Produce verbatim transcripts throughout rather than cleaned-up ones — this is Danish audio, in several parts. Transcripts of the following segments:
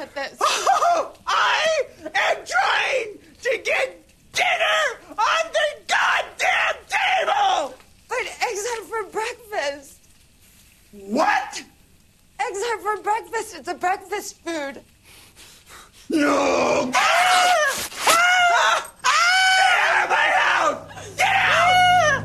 get this. Oh, I am trying to get dinner on the goddamn table! But eggs are for breakfast. What? Eggs are for breakfast. It's a breakfast food. No! Ah! Ah! Get out of my house! Get out!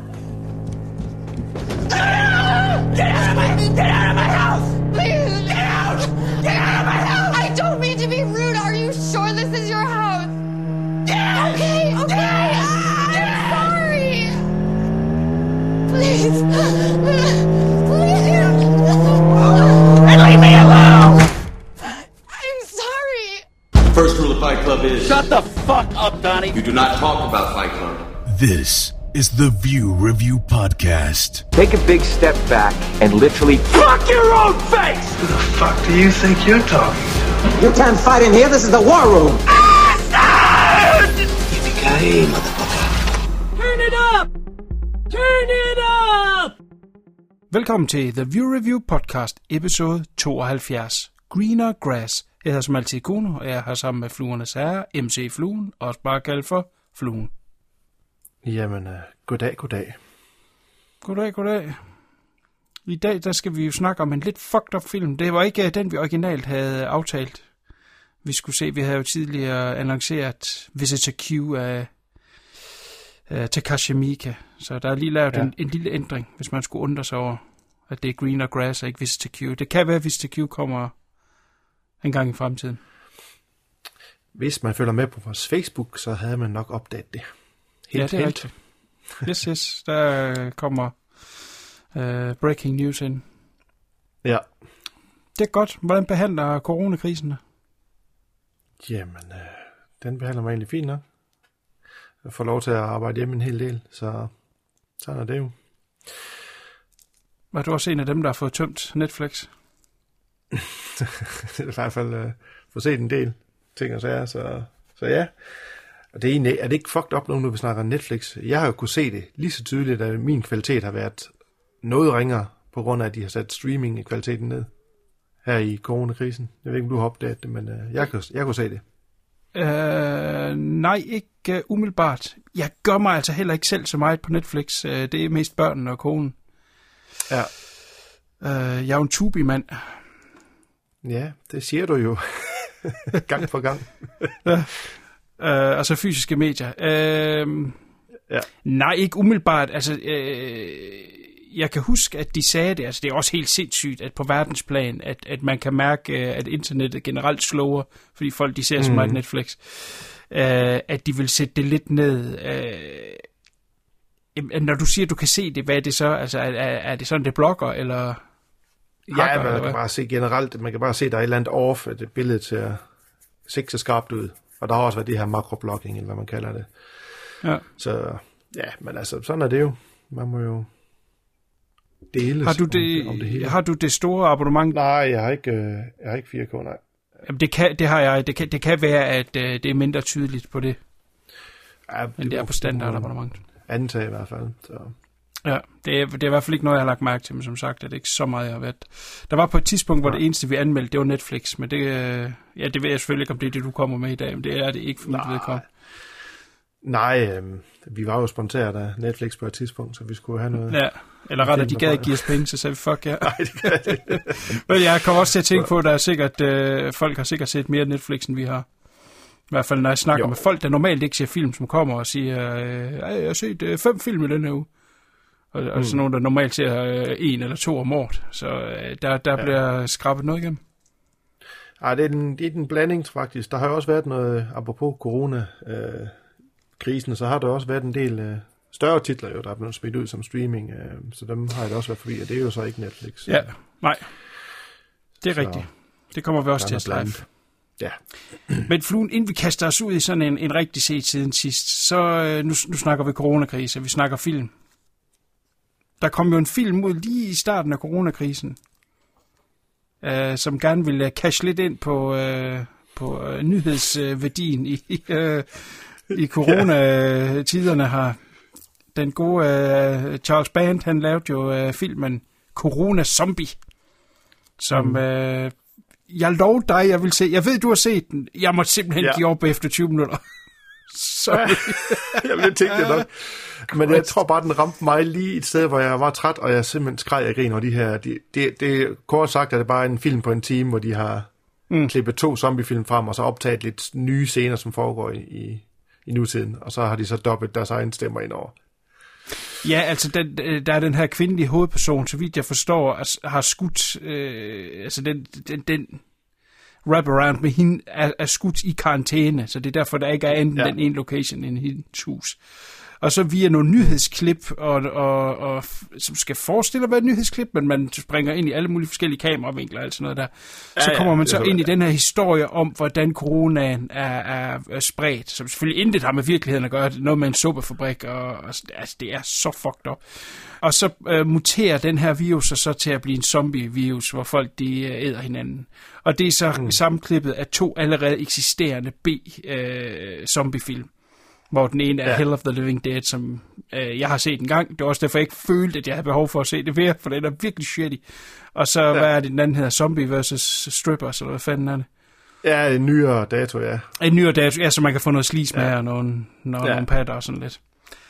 Get out! Get out of my, get out of my house! Please. Get out! Get out of my house! I don't mean to be rude. Are you sure this is your house? Yes! Okay, okay. Yes! Ah, Yes! I'm sorry. Please. Please. And leave me alone! I'm sorry. First rule of Fight Club is... Shut the fuck up, Donnie! You do not talk about Fight Club. This is the View Review Podcast. Take a big step back and literally fuck your own face! Who the fuck do you think you're talking to? You can't fight in here. This is the war room. Yippee-ki-yay, motherfucker. Turn it up! Turn it up! Velkommen til The View Review Podcast, episode tooghalvfjerds. Greener Grass. Jeg hedder som altid Kuno, og jeg har sammen med Fluernes Herre, M C Fluen, også bare kaldt for Fluen. Jamen, uh, goddag, goddag. Goddag, goddag. I dag der skal vi jo snakke om en lidt fucked up film. Det var ikke uh, den, vi originalt havde aftalt. Vi skulle se, vi havde jo tidligere annonceret Visitor Q af uh, Takashi Miike. Så der er lige lavet ja. en, en lille ændring, hvis man skulle undre sig over, at det er Greener Grass og ikke Visitor Q. Det kan være, at Visitor Q kommer en gang i fremtiden. Hvis man følger med på vores Facebook, så havde man nok opdaget det. Helt, ja, det er helt. Rigtigt. Yes, yes. Der kommer uh, breaking news ind. Ja. Det er godt. Hvordan behandler coronakrisen? Jamen, øh, den behandler mig egentlig fint nok. Jeg får lov til at arbejde hjemme en hel del, så sådan er det jo. Var du også en af dem, der har fået tømt Netflix? Det er i hvert fald øh, få set en del ting og sager, så, så ja. Og det er, egentlig, er det ikke fucked up, når vi snakker Netflix? Jeg har jo kunne se det lige så tydeligt, at min kvalitet har været noget ringere, på grund af, at de har sat streaming i kvaliteten ned her i coronakrisen. Jeg ved ikke, om du har opdaget det, men øh, jeg, jeg kunne se det. Uh, nej, ikke uh, umiddelbart. Jeg gør mig altså heller ikke selv så meget på Netflix. Uh, det er mest børnene og konen. Ja. Uh, jeg er jo en tubi-mand. Ja, det siger du jo. Gang for gang. Ja. Uh, og så fysiske medier. Uh, ja. Nej, ikke umiddelbart. Altså, uh, jeg kan huske, at de sagde det. Altså, det er også helt sindssygt, at på verdensplan, at, at man kan mærke, uh, at internettet generelt slower, fordi folk de ser mm. så meget Netflix, uh, at de vil sætte det lidt ned. Uh, når du siger, at du kan se det, hvad er det så? Altså, er, er det sådan, det blogger, eller... Ja, man kan bare se generelt, man kan bare se, der er et eller andet off, at det billede til se så skarpt ud. Og der har også været det her makroblogging, eller hvad man kalder det. Ja. Så ja, men altså, sådan er det jo. Man må jo deles har du det, om, om det hele. Har du det store abonnement? Nej, jeg har ikke, jeg har ikke fire K, nej. Jamen, det, kan, det har jeg. Det kan, det kan være, at uh, det er mindre tydeligt på det, ja, men det er på standardabonnement. Antage i hvert fald, så... Ja, det er, det er i hvert fald ikke noget, jeg har lagt mærke til, men som sagt er det ikke så meget, jeg har været. Der var på et tidspunkt, hvor ja. det eneste, vi anmeldte, det var Netflix, men det, ja, det ved jeg selvfølgelig ikke, om det er det, du kommer med i dag, men det er det ikke for mit vedkommende. Nej, øh, vi var jo sponsoreret af Netflix på et tidspunkt, så vi skulle have noget... Ja, eller rettere, de gad ikke give os penge, så sagde vi, fuck ja. Nej, det gad det. Men jeg kommer også til at tænke på, at der er sikkert, øh, folk har sikkert set mere Netflix, end vi har. I hvert fald, når jeg snakker jo. med folk, der normalt ikke ser film, som kommer og siger, øh, jeg har set øh, fem film i den her uge. Og, og mm. sådan nogen, der normalt ser øh, en eller to om året. Så øh, der, der ja. bliver skrabet noget igennem. Ej, det er den, det er den blanding faktisk. Der har jo også været noget, apropos corona-krisen, øh, så har der også været en del øh, større titler, jo, der er blevet smidt ud som streaming. Øh, så dem har jeg da også været forbi, og det er jo så ikke Netflix. Så. Ja, nej. Det er så rigtigt. Det kommer vi også til at live. Ja. Men Fluen, inden vi kaster os ud i sådan en, en rigtig set siden sidst, så øh, nu, nu snakker vi coronakrise, vi snakker film. Der kom jo en film ud lige i starten af coronakrisen, øh, som gerne ville cash lidt ind på, øh, på øh, nyhedsværdien i, øh, i coronatiderne her. Den gode øh, Charles Band, han lavede jo øh, filmen Corona Zombie, som mm. øh, jeg lover dig, jeg vil se. Jeg ved, du har set den. Jeg måtte simpelthen ja. give op efter tyve minutter. Sorry. Jeg ville tænke det nok. Men jeg tror bare, den ramte mig lige et sted, hvor jeg var træt, og jeg simpelthen skreg af grin over de her. Det de, de, kort sagt er det bare en film på en time, hvor de har mm. klippet to zombiefilm frem, og så optaget lidt nye scener, som foregår i, i, i nutiden. Og så har de så dobbelt deres egen stemmer ind over. Ja, altså den, der er den her kvindelige hovedperson, så vidt jeg forstår, har skudt, øh, altså den, den, den wraparound med hende er, er skudt i karantæne, så det er derfor, der ikke er enten ja. den ene location end hendes hus. Og så via nogle nyhedsklip, og, og, og, som skal forestille at være et nyhedsklip, men man springer ind i alle mulige forskellige kameravinkler og alt sådan noget der. Så ja, kommer man så ind i den her historie om, hvordan coronaen er, er, er spredt, som selvfølgelig intet har med virkeligheden at gøre, noget med en suppefabrik, og, og altså, det er så fucked up. Og så øh, muterer den her virus så til at blive en zombie-virus, hvor folk de øh, æder hinanden. Og det er så mm. sammenklippet af to allerede eksisterende B-zombiefilm. Hvor den ene er ja. Hell of the Living Dead, som øh, jeg har set en gang. Det var også derfor, jeg ikke følte, at jeg havde behov for at se det mere, for den er virkelig shitty. Og så, ja. hvad er det, den anden hedder? Zombie versus Strippers, eller hvad fanden er det? Ja, en nyere dato, ja. En nyere dato, ja, så man kan få noget slis med ja. og nogle, nogle, ja. nogle patter og sådan lidt.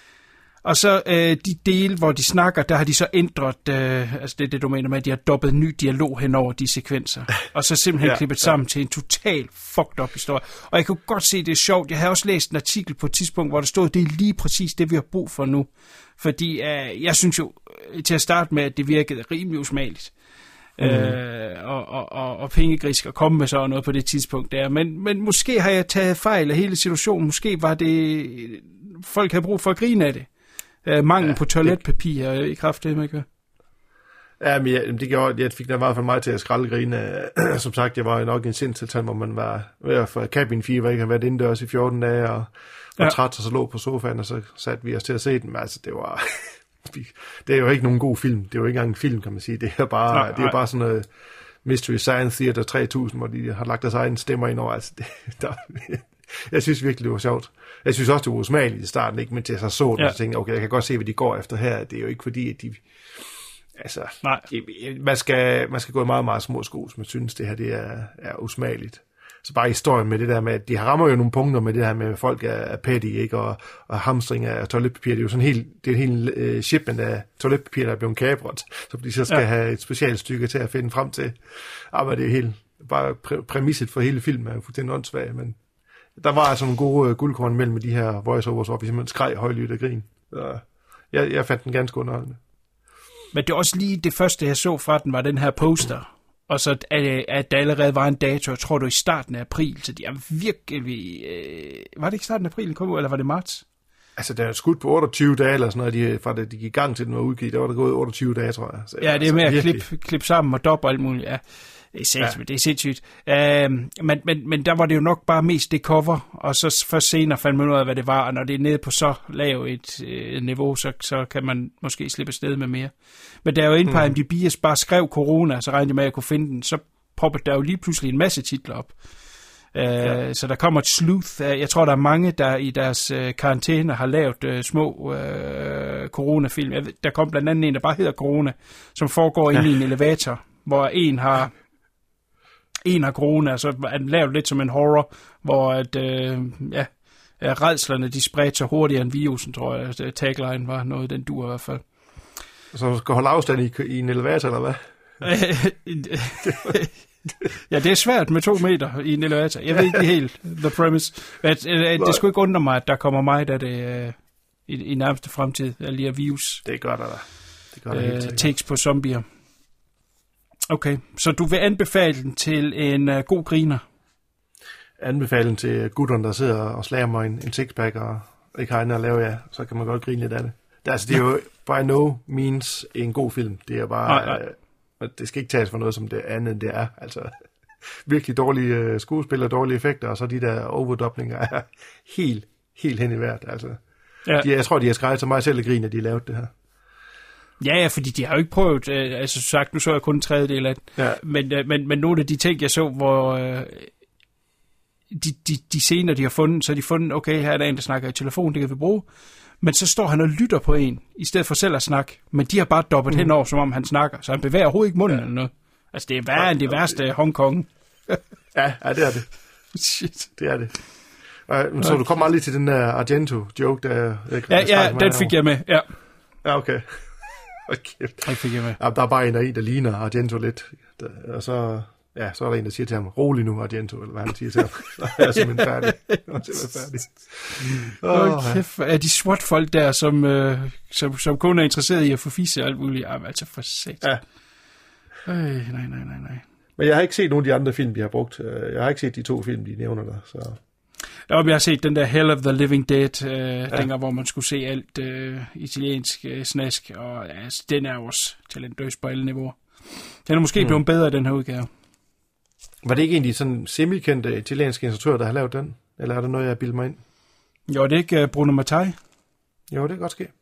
Og så øh, de dele, hvor de snakker, der har de så ændret, øh, altså det er det, du mener med, at de har dobbelt ny dialog hen over de sekvenser. Og så simpelthen ja, klippet ja. sammen til en total fucked up historie. Og jeg kunne godt se, det er sjovt. Jeg har også læst en artikel på et tidspunkt, hvor der stod, det er lige præcis det, vi har brug for nu. Fordi øh, jeg synes jo, til at starte med, at det virkede rimelig usmageligt. Mm. Øh, og, og, og, og pengegrisk at komme med sådan noget på det tidspunkt der. Men, men måske har jeg taget fejl af hele situationen. Måske var det, folk havde brug for at grine af det. Uh, mangel ja, på toiletpapir det... i kraft det, ikke? Ja, men jeg, det gjorde, jeg fik da i hvert fald mig til at skraldegrine. Som sagt, jeg var nok i en sindstilstand, hvor man var ved at få cabin fever, ikke har været indendørs i fjorten dage, og var ja. træt, og så lå på sofaen, og så satte vi os til at se den. Men altså, det var... det er jo ikke nogen god film. Det er jo ikke engang en film, kan man sige. Det er bare, nej, det er nej. bare sådan noget Mystery Science Theater tre tusind, hvor de har lagt deres egen stemmer ind over. Altså, det, der, jeg synes virkelig, det var sjovt. Jeg synes også, det var usmageligt i starten, ikke? Men til jeg så den, ja. så tænkte jeg, okay, jeg kan godt se, hvad de går efter her. Det er jo ikke fordi, at de... Altså, de, man, skal, man skal gå i meget, meget små sko, hvis man synes, det her det er, er usmageligt. Så bare historien med det der med, at de rammer jo nogle punkter med det her med, at folk er, er petty, ikke? Og, og hamstring af toiletpapir. Det er jo sådan helt, det er en hel uh, shipment af toiletpapir, der er blevet kapret. Så de så skal ja. have et specielt stykke til at finde frem til. Aber det er helt, bare præ- præmisset for hele filmen er jo fuldstændig åndssvagt, men der var altså nogle gode uh, guldkorn mellem de her voiceovers, hvor vi simpelthen skreg højlydt af grin. Så jeg, jeg fandt den ganske underholdende. Men det er også lige det første, jeg så fra den, var den her poster. Og så at, at der allerede var en dato, jeg tror du i starten af april, så de er virkelig... Øh, var det ikke starten af april, den kom ud, eller var det marts? Altså, der er skudt på otteogtyve dage, eller sådan noget, de, fra det de gik i gang til den var udgivet, der var der gået otteogtyve dage, tror jeg. Så, ja, det er altså, med at klippe klip sammen og doppe og alt muligt, ja. Det er sindssygt, ja. det er sindssygt. Uh, men, men, men der var det jo nok bare mest det cover, og så først senere fandt man ud af, hvad det var, og når det er nede på så lav et uh, niveau, så, så kan man måske slippe afsted med mere. Men der er jo inde på mm. I M D B, jeg bare skrev corona, så regnede jeg med, at jeg kunne finde den, så poppede der jo lige pludselig en masse titler op. Uh, ja. Så der kommer et sleuth. Jeg tror, der er mange, der i deres uh, karantæne har lavet uh, små uh, coronafilm. Jeg ved, der kom blandt andet en, der bare hedder Corona, som foregår ja. inde i en elevator, hvor en har... En af corona, så er den lavet lidt som en horror, hvor at, øh, ja, rædslerne, de spredte sig hurtigere end virusen, tror jeg. Tagline var noget, den dur i hvert fald. Så du skal holde afstand i, i en elevator, eller hvad? Ja, det er svært med to meter i en elevator. Jeg ved ikke helt the premise. Men, øh, det skulle ikke undre mig, at der kommer mig, da det øh, i, i nærmeste fremtid, alle de her virus. Det gør der da. Det gør der helt sikkert. Takes på zombier. Okay, så du vil anbefale den til en uh, god griner? Anbefale den til gutterne, der sidder og slager mig en, en sixpack og ikke har andet at lave, ja, så kan man godt grine lidt af det. Det, altså, det er jo by no means en god film. Det er bare, nej, nej. Øh, det skal ikke tages for noget som det andet, end det er. Altså, virkelig dårlige øh, skuespillere, dårlige effekter, og så de der overdoblinger er helt, helt hen i vejret. Altså, ja. de, jeg tror, de har skrevet til mig selv at grine, at de lavede det her. Ja, ja, fordi de har jo ikke prøvet, øh, altså sagt, nu så jeg kun en tredjedel af det, ja. men, øh, men, men nogle af de ting, jeg så, hvor øh, de, de, de scener, de har fundet, så har de fundet, okay, her er der en, der snakker i telefon, det kan vi bruge, men så står han og lytter på en, i stedet for selv at snakke, men de har bare dobbelt mm. henover, som om han snakker, så han bevæger overhovedet ikke munden ja. eller noget. Altså, det er værre ja, end det værste Hongkong. ja, ja, det er det. Shit. Det er det. Uh, så du kom aldrig til den der Argento-joke, der... Jeg, ja, ja, den fik jeg med, ja. Ja, okay. Okay. Den fik jeg med. Ja, der er bare en, der, en, der ligner Argento lidt. Der, og så, ja, så er der en, der siger til ham, rolig nu, Argento, eller hvad han siger til ham. Så er jeg simpelthen færdig. Jeg er simpelthen færdig. Åh, oh, kæft, er de SWAT-folk der, som, øh, som, som kun er interesseret i at få fisse og alt muligt? Jamen, altså for sat. Ja. Øh, nej, nej, nej, nej. Men jeg har ikke set nogen af de andre film, de har brugt. Jeg har ikke set de to film, de nævner der, så... Ja, jeg har set den der Hell of the Living Dead, øh, ja. dengang, hvor man skulle se alt øh, italiensk øh, snask, og altså, den er også talentløs på alle niveauer. Den er måske hmm. blevet bedre, den her udgave. Var det ikke egentlig sådan semi-kendte italienske instruktører, der har lavet den? Eller er det noget, jeg bilder mig ind? Jo, det er ikke uh, Bruno Mattei. Jo, det kan godt ske.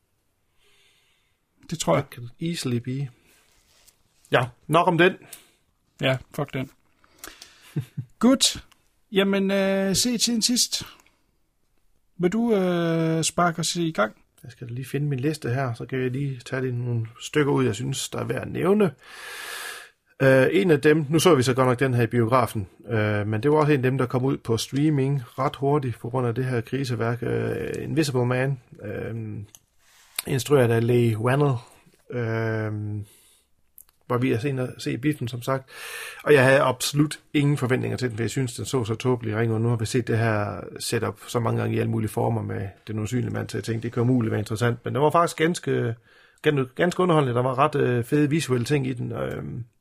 Det tror jeg. Det kan easily be. Ja, nok om den. Ja, fuck den. Godt. Jamen, øh, se tiden sidst. Vil du øh, sparke os i gang? Jeg skal lige finde min liste her, så kan jeg lige tage lige nogle stykker ud, jeg synes, der er værd at nævne. Uh, en af dem, nu så vi så godt nok den her i biografen, uh, men det var også en af dem, der kom ud på streaming ret hurtigt på grund af det her kriseværk. Uh, Invisible Man, uh, instrueret af Leigh Whannell, uh, var vi at se, at se biffen, som sagt. Og jeg havde absolut ingen forventninger til den, for jeg synes, den så så tåbelig ring, og nu har vi set det her setup så mange gange i alle mulige former med den usynlige mand, så jeg tænkte, det kan umuligt være interessant, men det var faktisk ganske, ganske, ganske underholdende. Der var ret uh, fede visuelle ting i den. Uh,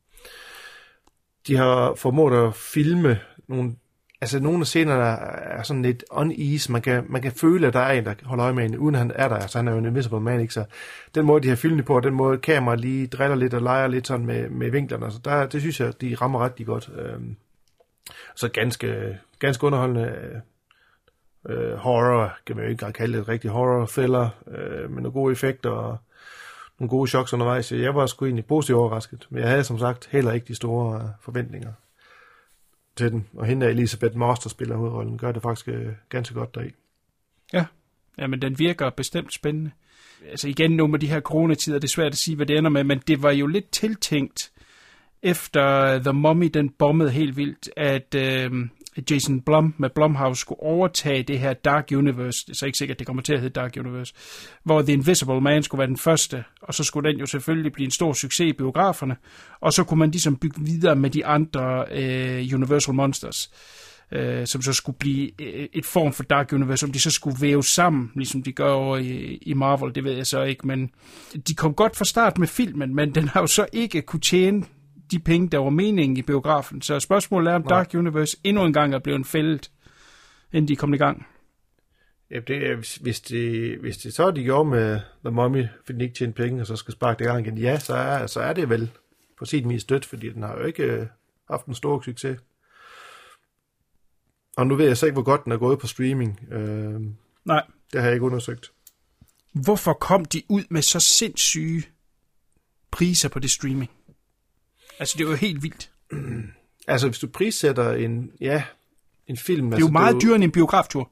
de har formået at filme nogle, altså nogle af scenerne er sådan lidt unease. Man kan, man kan føle, at der er en, der holder øje med en, uden at han er der. Altså han er jo en invisible man, ikke? Så den måde, de har filmet på, den måde kameraet lige driller lidt og leger lidt sådan med, med vinklerne. Så der, det synes jeg, de rammer rigtig godt. Øhm, så ganske, ganske underholdende øh, horror, kan man jo ikke engang kalde det et rigtig horror-fælder, øh, med nogle gode effekter og nogle gode choks undervejs. Jeg var sgu egentlig positivt overrasket, men jeg havde som sagt heller ikke de store uh, forventninger til den. Og hende der Elisabeth Moss, der spiller hovedrollen, gør det faktisk uh, ganske godt deri. Ja. Ja, men den virker bestemt spændende. Altså igen, nu med de her coronatider, det er svært at sige, hvad det ender med, men det var jo lidt tiltænkt, efter The Mummy, den bombede helt vildt, at øh, Jason Blum med Blumhouse skulle overtage det her Dark Universe, det er så ikke sikkert, det kommer til at hedde Dark Universe, hvor The Invisible Man skulle være den første, og så skulle den jo selvfølgelig blive en stor succes i biograferne, og så kunne man ligesom bygge videre med de andre øh, Universal Monsters, øh, som så skulle blive øh, et form for Dark Universe, om de så skulle væve sammen, ligesom de gør over i, i Marvel, det ved jeg så ikke, men de kom godt fra start med filmen, men den har jo så ikke kunne tjene de penge, der var meningen i biografen. Så spørgsmålet er, om Dark Universe endnu en gang er blevet fældet, inden de kom i gang. Ja, det er, hvis det, hvis det så de gjorde med The Mummy, fordi den ikke tjente penge, og så skal sparke det i gang igen, ja, så er, så er det vel på sit vis stødt, fordi den har jo ikke øh, haft en stor succes. Og nu ved jeg så ikke, hvor godt den er gået på streaming. Øh, Nej. Det har jeg ikke undersøgt. Hvorfor kom de ud med så sindssyge priser på det streaming? Altså, det er jo helt vildt. Altså, hvis du prissætter en, ja, en film... Det er altså, jo meget jo... dyrere end en biograftur.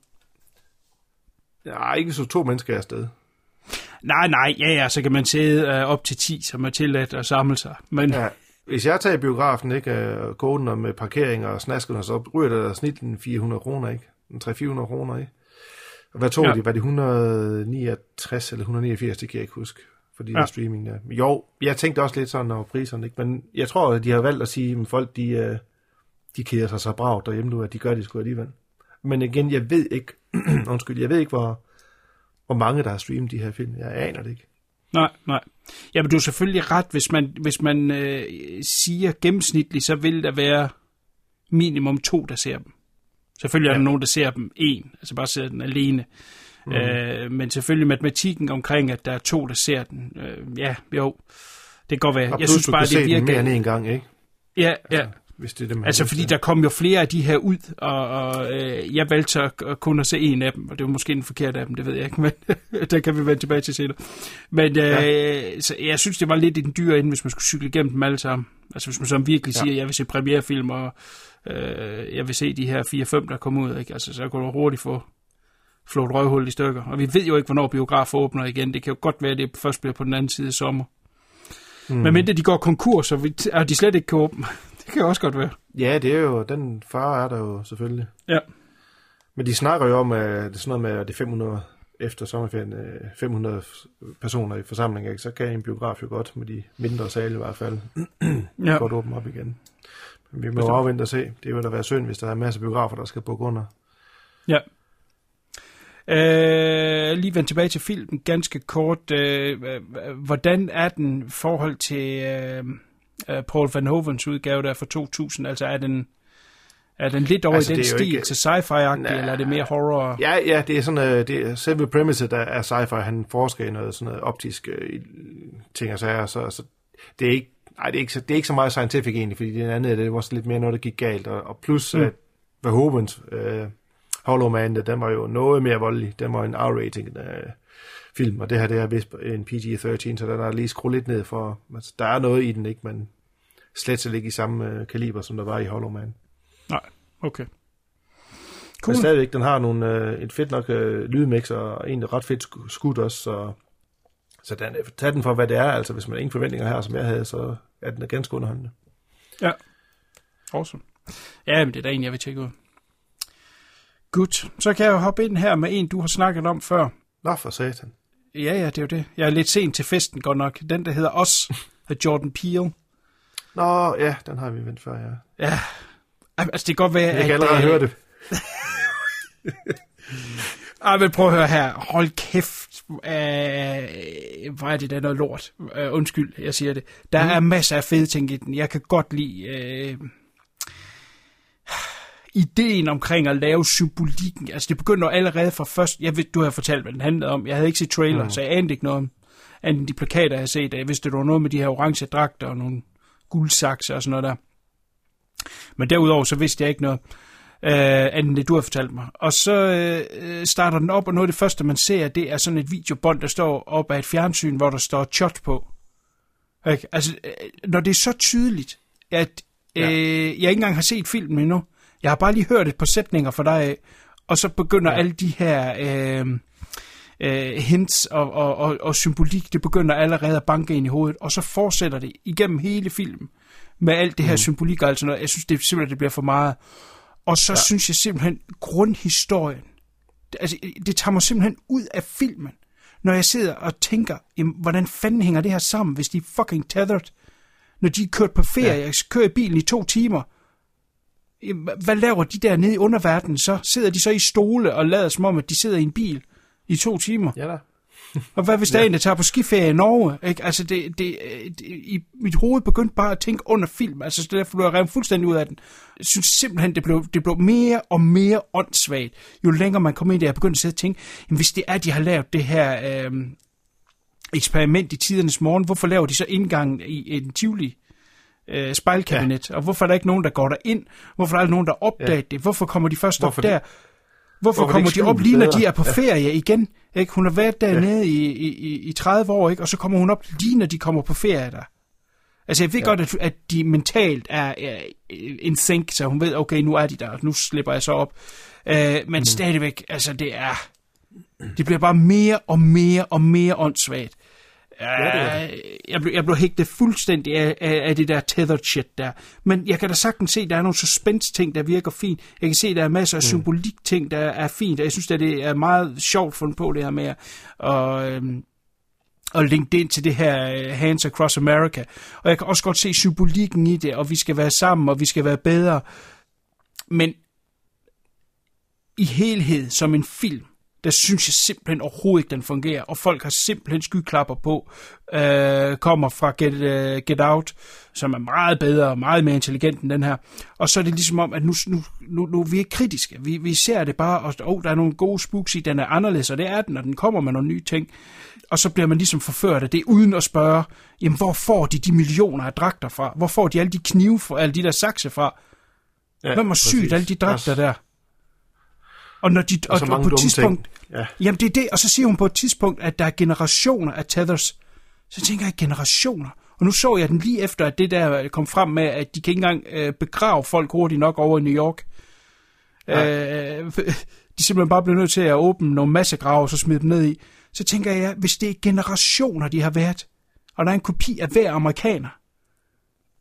Nej, ikke så to mennesker er afsted. Nej, nej, ja, ja, så kan man sidde uh, op til ti, som er tilladt at samle sig. Men... Ja, hvis jeg tager biografen, ikke, og koden om parkering og snasken, så ryger der snit en fire hundrede kroner, ikke? En tre til fire hundrede kroner, ikke? Og hvad tog ja. de? Var det et hundrede og niogtres eller et hundrede og niogfirs? Det kan jeg ikke huske. For de ja. der streaming der. Jo, jeg tænkte også lidt sådan over priserne, ikke? Men jeg tror, at de har valgt at sige, at folk, de, de keder sig så bragt derhjemme nu, at de gør det sgu alligevel. Men igen, jeg ved ikke, undskyld, jeg ved ikke, hvor, hvor mange, der har streamet de her film. Jeg aner det ikke. Nej, nej. Jamen, du er selvfølgelig ret, hvis man, hvis man øh, siger gennemsnitligt, så vil der være minimum to, der ser dem. Selvfølgelig er ja. der nogen, der ser dem en, altså bare ser den alene. Mm. Øh, men selvfølgelig matematikken omkring, at der er to, der ser den. Øh, ja, jo, det kan godt være. Og jeg synes bare, det virker... mere end en gang, ikke? Ja, ja. Altså, hvis det er det, altså fordi der kom jo flere af de her ud, og, og øh, jeg valgte så kun at se en af dem, og det var måske den forkerte af dem, det ved jeg ikke, men der kan vi vende tilbage til senere. Men øh, ja. så jeg synes, det var lidt i den dyre ende, hvis man skulle cykle igennem dem alle sammen. Altså hvis man så virkelig siger, ja. jeg vil se premierefilm, og øh, jeg vil se de her fire fem, der kommer ud, ikke? Altså så kunne du hurtigt få flået røghul i stykker. Og vi ved jo ikke, hvornår biografer åbner igen. Det kan jo godt være, at det først bliver på den anden side af sommer. Mm. Men mindre de går konkurs, og de slet ikke kan åbne. Det kan også godt være. Ja, det er jo, den far er der jo selvfølgelig. Ja. Men de snakker jo om, at det er sådan noget med, at det er fem hundrede efter sommerferien, fem hundrede personer i forsamling, ikke? Så kan en biograf jo godt med de mindre sale i hvert fald ja. godt åbne op igen. Men vi må jo afvente og se. Det vil da være synd, hvis der er en masse biografer, der skal bukke under. Ja. Øh, lige vende tilbage til filmen ganske kort. Øh, hvordan er den forhold til øh, Paul Verhoevens udgave der fra to tusind? Altså er den er den lidt over altså, i den stil ikke... til sci-fi-agtig, eller er det mere horror? Ja, ja, det er sådan uh, det er selve premise der er sci-fi. Han forsker i noget sådan noget optisk uh, ting og sager, så, så det er ikke nej, det er ikke så det er ikke så meget scientific egentlig, fordi det andet det var også lidt mere noget der gik galt, og, og plus mm. at Verhoevens uh, Hollow Man, den var jo noget mere voldelig. Den var en R-rating uh, film, og det her det er vist en P G tretten, så der er lige skruet lidt ned for, altså, der er noget i den, ikke, men slet slet ikke i samme uh, kaliber, som der var i Hollow Man. Nej, okay. Cool. Men stadigvæk, den har nogle, øh, et fedt nok øh, lydmix, og egentlig ret fedt skud også, så, så den, tag den for, hvad det er, altså hvis man ingen forventninger her, som jeg havde, så er den ganske underholdende. Ja, awesome. Ja, men det er da en, jeg vil tjekke ud. Godt, så kan jeg jo hoppe ind her med en, du har snakket om før. Nå, for satan. Ja, ja, det er jo det. Jeg er lidt sent til festen, godt nok. Den, der hedder Os, af Jordan Peele. Nå, ja, den har vi vendt før, ja. Ja, altså det kan godt være, at... Jeg kan allerede øh, høre det. Ej, men prøv at høre her. Hold kæft. Øh, hvor er det der noget lort? Øh, undskyld, jeg siger det. Der mm. er masser af fede ting i den. Jeg kan godt lide... Øh, ideen omkring at lave symbolikken. Altså det begynder allerede fra først... Jeg ved, du har fortalt, hvad den handlede om. Jeg havde ikke set trailer, mm. så jeg anede ikke noget om andet de plakater, jeg har set. Jeg vidste, det var noget med de her orange dragter og nogle guldsakser og sådan noget der. Men derudover, så vidste jeg ikke noget øh, andet det, du har fortalt mig. Og så øh, starter den op, og noget af det første, man ser, det er sådan et videobånd, der står op af et fjernsyn, hvor der står shot på. Okay? Altså, øh, når det er så tydeligt, at øh, ja. jeg ikke engang har set filmen endnu, jeg har bare lige hørt et par sætninger fra dig af, og så begynder ja. alle de her øh, øh, hints og, og, og, og symbolik, det begynder allerede at banke ind i hovedet, og så fortsætter det igennem hele filmen med alt det her mm. symbolik og alt sådan noget. Jeg synes det simpelthen, det bliver for meget. Og så ja. synes jeg simpelthen, grundhistorien, det, altså, det tager mig simpelthen ud af filmen, når jeg sidder og tænker, jamen, hvordan fanden hænger det her sammen, hvis de er fucking tethered, når de er kørt på ferie, ja. jeg kører i bilen i to timer. Hvad laver de der nede i underverdenen så? Sidder de så i stole og lader som om, at de sidder i en bil i to timer? Ja da. Og hvad hvis der ja. er en, der tager på skiferie i Norge? Ikke? Altså, det, det, det, i mit hoved begyndte bare at tænke under film. Altså, så derfor blev jeg revet fuldstændig ud af den. Jeg synes simpelthen, det blev, det blev mere og mere åndssvagt. Jo længere man kom ind der, jeg begyndte at sidde og tænke, jamen, hvis det er, de har lavet det her øh, eksperiment i tidernes morgen, hvorfor laver de så indgangen i en Tivoli øh, spejlkabinet? Ja. Og hvorfor er der ikke nogen, der går der ind? Hvorfor er der ikke nogen, der opdager ja. det? Hvorfor kommer de først hvorfor op der? Hvorfor, Hvorfor kommer de op lige, når de er på ferie ja. igen? Ikke? Hun har været dernede ja. i, i, i tredive år, ikke? Og så kommer hun op lige, når de kommer på ferie der. Altså, jeg ved ja. godt, at, at de mentalt er, er en sync, så hun ved, okay, nu er de der, og nu slipper jeg så op. Uh, men mm. stadigvæk, altså, det er... Det bliver bare mere og mere og mere åndssvagt. Ja, jeg, blev, jeg blev hægtet fuldstændig af, af, af det der tethered shit der. Men jeg kan da sagtens se, at der er nogle suspense-ting, der virker fint. Jeg kan se, at der er masser af mm. symbolik-ting, der er fint. Jeg synes, at det er meget sjovt fundet på, det her med at øhm, og linke det ind til det her Hands Across America. Og jeg kan også godt se symbolikken i det, og vi skal være sammen, og vi skal være bedre. Men i helhed, som en film, der synes jeg simpelthen overhovedet ikke, den fungerer, og folk har simpelthen skyklapper på, øh, kommer fra Get, uh, Get Out, som er meget bedre og meget mere intelligent end den her, og så er det ligesom om, at nu, nu, nu, nu vi er kritiske, vi, vi ser det bare, og oh, der er nogle gode spooks i, den er anderledes, og det er den, og den kommer med nogle nye ting, og så bliver man ligesom forført af det, uden at spørge, jamen hvor får de de millioner af dragter fra? Hvor får de alle de knive fra, alle de der sakse fra? Ja, hvem har sygt alle de dragter der? Og, når de, og, og, og på et tidspunkt, ja. jamen det er det, og så siger hun på et tidspunkt, at der er generationer af tethers. Så tænker jeg, generationer? Og nu så jeg den lige efter, at det der kom frem med, at de kan ikke engang øh, begrave folk hurtigt nok over i New York. Ja. Øh, de simpelthen bare bliver nødt til at åbne nogle massegrave, og så smide dem ned i. Så tænker jeg, hvis det er generationer, de har været, og der er en kopi af hver amerikaner,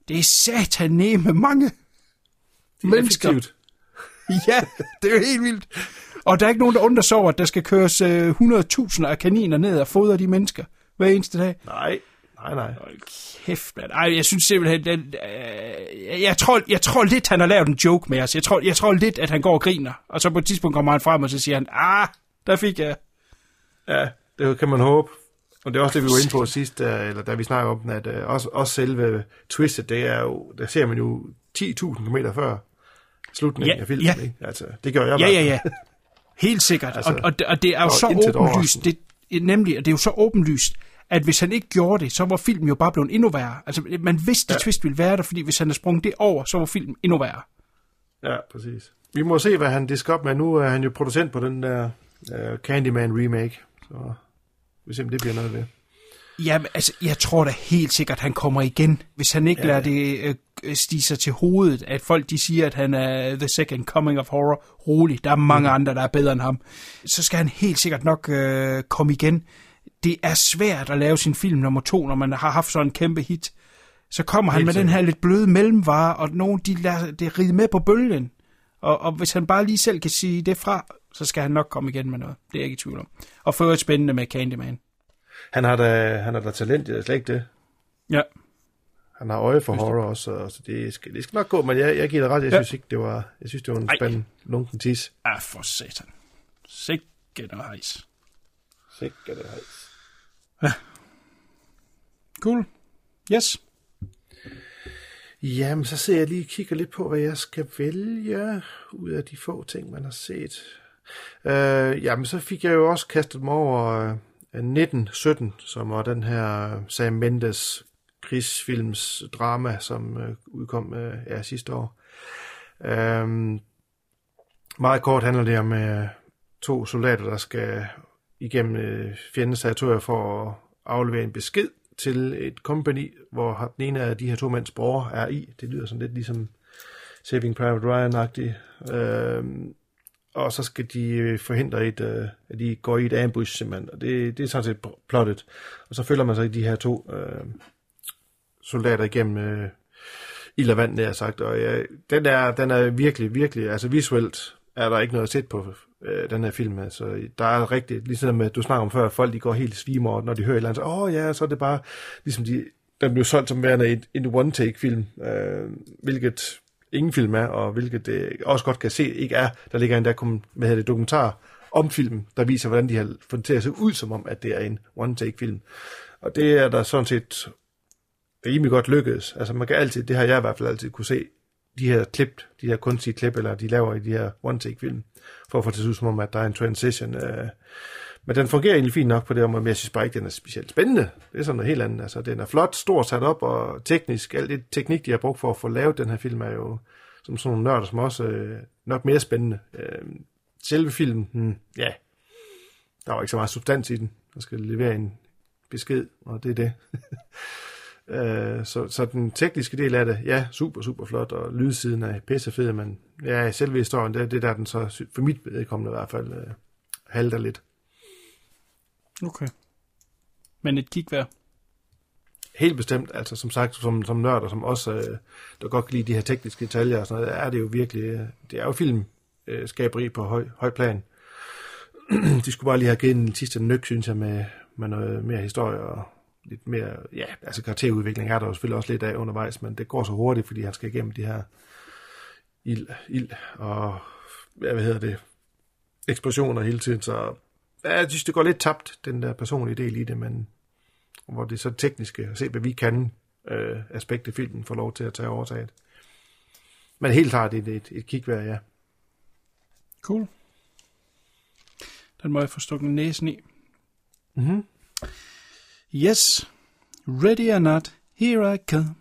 Det er sataneme mange mennesker. Effektivt. Ja, det er jo helt vildt. Og der er ikke nogen, der undrer sig over, at der skal køres øh, hundrede tusinder af kaniner ned og fodre de mennesker hver eneste dag. Nej, nej, nej. Hold kæft, mand. Ej, jeg synes simpelthen, at, øh, jeg, tror, jeg tror lidt, han har lavet en joke med os. Jeg tror, jeg tror lidt, at han går og griner. Og så på et tidspunkt kommer han frem, og så siger han, ah, der fik jeg. Ja, det kan man håbe. Og det er også det, vi var inde på sidst, eller da vi snakkede om den, at uh, også, også selve twistet, det er jo, der ser man jo ti tusind kilometer før slutningen ja, af filmen, ja. ikke? Altså, det gør jeg ja, bare. Ja, ja, ja. Helt sikkert. Altså, og, og, og det er jo så åbenlyst, det, nemlig, det er jo så åbenlyst, at hvis han ikke gjorde det, så var filmen jo bare blevet endnu værre. Altså, man vidste, at ja. twist ville være der, fordi hvis han havde sprunget det over, så var filmen endnu værre. Ja, præcis. Vi må se, hvad han disker op med. Nu er han jo producent på den der uh, Candyman remake, så vi ser, om det bliver noget ved. Jamen, altså, jeg tror da helt sikkert, at han kommer igen, hvis han ikke ja. lader det øh, stige sig til hovedet, at folk de siger, at han er the second coming of horror. Rolig, der er mange mm. andre, der er bedre end ham. Så skal han helt sikkert nok øh, komme igen. Det er svært at lave sin film nummer to, når man har haft sådan en kæmpe hit. Så kommer han helt med sikkert. Den her lidt bløde mellemvare, og nogen de lader det ride med på bølgen. Og, og hvis han bare lige selv kan sige det fra, så skal han nok komme igen med noget. Det er jeg ikke i tvivl om. Og få et spændende med Candyman. Han har da, han har da talent, det er slet ikke det. Ja. Han har øje for horror også, så det skal, det skal nok gå, men jeg, jeg giver det ret. Jeg ja. synes ikke, det var, jeg synes, det var en spændende lunken tis. Ah, for satan. Sikke noget hejs. Sikke noget hejs. Ja. Cool. Yes. Jamen, så ser jeg lige kigger lidt på, hvad jeg skal vælge ud af de få ting, man har set. Uh, jamen, så fik jeg jo også kastet mig over uh, nitten sytten, som var den her Sam Mendes krigsfilms drama, som uh, udkom uh, ja, sidste år. Uh, meget kort handler det om uh, to soldater, der skal igennem uh, fjendens territorier for at aflevere en besked til et kompagni, hvor den ene af de her to mænds bror er i. Det lyder sådan lidt ligesom Saving Private Ryan-agtigt. Øhm, og så skal de forhindre, et, øh, at de går i et ambush, simpelthen. Og det, det er sådan set plottet. Og så følger man sig i de her to øh, soldater igennem øh, ild og vand, det er sagt. Og ja, den, er, den er virkelig, virkelig, altså visuelt er der ikke noget at sætte på øh, den her film. Altså, der er rigtig, ligesom med, du snakker om før, at folk de går helt svimer, når de hører et eller andet, så åh ja, så er det bare, ligesom de, den blev solgt som værende en, en one-take-film, øh, hvilket ingen film er, og hvilket det også godt kan se, ikke er. Der ligger en der, hvad hedder det, dokumentar om filmen, der viser, hvordan de har fået det til at se ud, som om, at det er en one-take-film. Og det er der sådan set rimelig godt lykkedes. Altså man kan altid, det har jeg i hvert fald altid kunne se, de her klip, de her kunstige klip, eller de laver i de her one-take-film, for at få det til ud som om, at der er en transition. Øh. Men den fungerer egentlig fint nok på det, men jeg synes bare ikke, den er specielt spændende. Det er sådan noget helt andet. Altså, den er flot, stort sat op, og teknisk, alt det teknik, de har brugt for at få lavet den her film, er jo som sådan nogle nørder, som også øh, nok mere spændende. Øh, selve filmen, hmm, ja, der var ikke så meget substans i den. Der skal levere en besked, og det er det. Uh, så, så den tekniske del af det, ja, super, super flot, og lydsiden er pissefed, men ja, selve historien, det, det der den så, for mit vedkommende i hvert fald, uh, halter lidt. Okay. Men et kig værd? Helt bestemt, altså som sagt, som, som nørder, som også, uh, der godt kan lide de her tekniske detaljer og sådan noget, er det jo virkelig, uh, det er jo filmskaberi uh, på høj, høj plan. De skulle bare lige have givet en sidste nyk, synes jeg, med, med noget mere historie og lidt mere, ja, altså karakterudvikling er der jo selvfølgelig også lidt af undervejs, men det går så hurtigt, fordi han skal igennem de her ild, ild og, ja, hvad hedder det, eksplosioner hele tiden, så ja, jeg synes, det går lidt tabt, den der personlige del i det, men hvor det er så tekniske, at se, hvad vi kan, øh, aspekt af filmen, får lov til at tage overtaget. Men helt klart, det er et, et kig værd, ja. Cool. Den må jeg få stukket næsen i. Mhm. Yes, ready or not, here I come.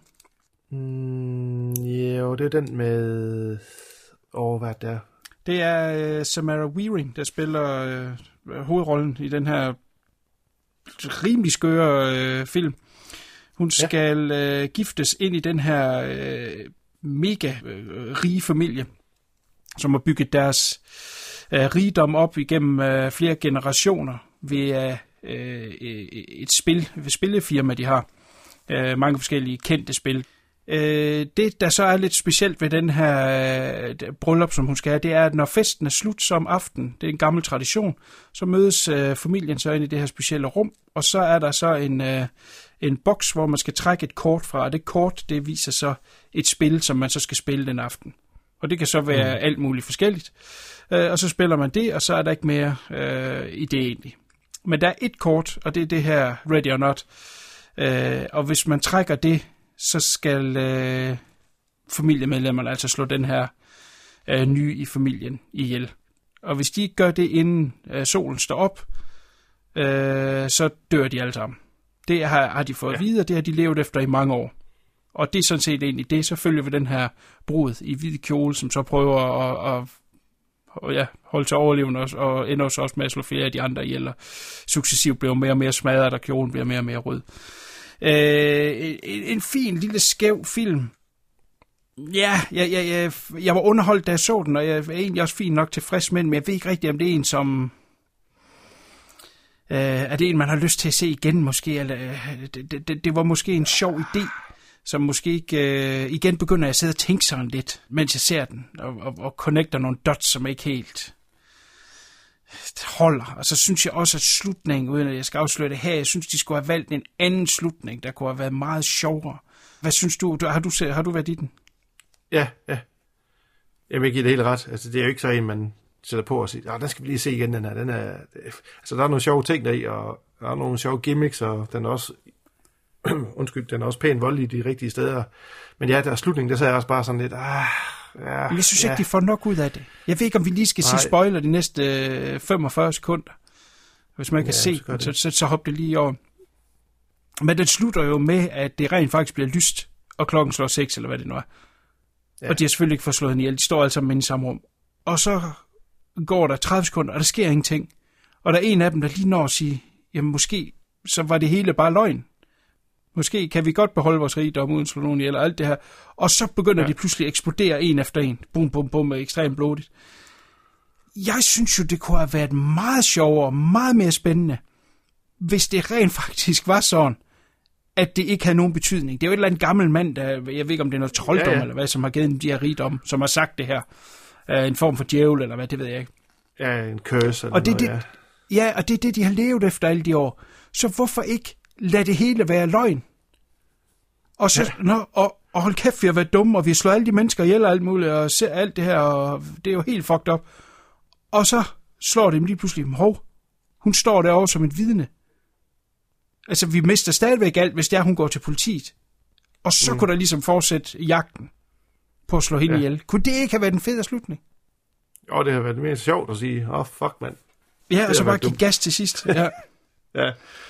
Mm, jo, det er den med... Åh, oh, hvad det er? Det er uh, Samara Weaving, der spiller uh, hovedrollen i den her rimelig skøre uh, film. Hun skal ja. uh, giftes ind i den her uh, mega uh, rige familie, som har bygget deres uh, rigdom op igennem uh, flere generationer ved... Uh, et spil, et spillefirma, de har. Uh, mange forskellige kendte spil. Øh, det, der så er lidt specielt ved den her øh, bryllup, som hun skal have, det er, at når festen er slut som aften, det er en gammel tradition, så mødes øh, familien så ind i det her specielle rum, og så er der så en, øh, en boks, hvor man skal trække et kort fra, og det kort, det viser så et spil, som man så skal spille den aften. Og det kan så være mm. alt muligt forskelligt. Øh, og så spiller man det, og så er der ikke mere øh, i det egentlig. Men der er et kort, og det er det her Ready or Not. Øh, og hvis man trækker det, så skal øh, familiemedlemmerne altså slå den her øh, nye i familien ihjel. Og hvis de ikke gør det, inden øh, solen står op, øh, så dør de alle sammen. Det har, har de fået ja. at vide, og det har de levet efter i mange år. Og det er sådan set egentlig det. Så følger vi den her brud i hvid kjole, som så prøver at, at, at ja, holde til overlevende, og, og ender så også med at slå flere af de andre ihjel. Og successivt bliver mere og mere smadret, og kjolen bliver mere og mere rød. Øh, en, en fin, lille, skæv film. Ja, jeg, jeg, jeg, jeg var underholdt, da jeg så den, og jeg er egentlig også fint nok tilfreds med den, men jeg ved ikke rigtigt, om det er en, som... Øh, er det en, man har lyst til at se igen, måske? Eller, øh, det, det, det var måske en sjov idé, som måske ikke... Øh, igen begynder jeg at sidde og tænke sådan lidt, mens jeg ser den, og, og, og connecter nogle dots, som ikke helt holder. Og så synes jeg også, at slutningen, uden at jeg skal afsløre det her, jeg synes, de skulle have valgt en anden slutning, der kunne have været meget sjovere. Hvad synes du? Har du, har du været i den? Ja, ja. Jeg vil give det helt ret. Altså, det er jo ikke så en, man sætter på og siger, ja, den skal vi lige se igen, den her. Den er, altså, der er nogle sjove ting deri, og der er nogle sjove gimmicks, og den er også, undskyld, den er også pænt voldelig i de rigtige steder. Men ja, der er slutningen, der så er også bare sådan lidt, ah, ja. Men jeg synes ja. ikke, de får nok ud af det. Jeg ved ikke, om vi lige skal sige spoiler de næste øh, femogfyrre sekunder. Hvis man ikke ja, kan se den, så, så, så hop det lige over. Men den slutter jo med, at det rent faktisk bliver lyst, og klokken slår seks, eller hvad det nu er. Ja. Og de har selvfølgelig ikke fået slået hende ihjel. De står alle sammen inde i samme rum. Og så går der tredive sekunder, og der sker ingenting. Og der er en af dem, der lige når at sige, jamen måske, så var det hele bare løgn. Måske kan vi godt beholde vores rigdom uden slå nogen ihjel, og alt det her. Og så begynder ja. de pludselig at eksplodere en efter en. Bum, bum, bum, ekstremt blodigt. Jeg synes jo, det kunne have været meget sjovere, meget mere spændende, hvis det rent faktisk var sådan, at det ikke havde nogen betydning. Det er jo et eller andet gammel mand, der, jeg ved ikke, om det er noget trolddom, ja, ja. eller hvad, som har givet dem de her rigdom, som har sagt det her. Uh, en form for djævel, eller hvad, det ved jeg ikke. Ja, en curse eller og det, noget, det, ja. Ja, og det er det, de har levet efter alle de år. Så hvorfor ikke lade det hele være løgn? Og, så, ja. nå, og, og hold kæft, vi har været dumme, og vi har slået alle de mennesker ihjel og alt muligt, og ser alt det her, og det er jo helt fucked up. Og så slår det dem lige pludselig, hov, hun står derovre som et vidne. Altså, vi mister stadigvæk alt, hvis det er, hun går til politiet. Og så mm. kunne der ligesom fortsætte jagten på at slå hende ja. ihjel. Kunne det ikke have været en fed slutning? Jo, det har været mere sjovt at sige, åh, oh, fuck, mand. Ja, det og så bare give gas til sidst. Ja. ja.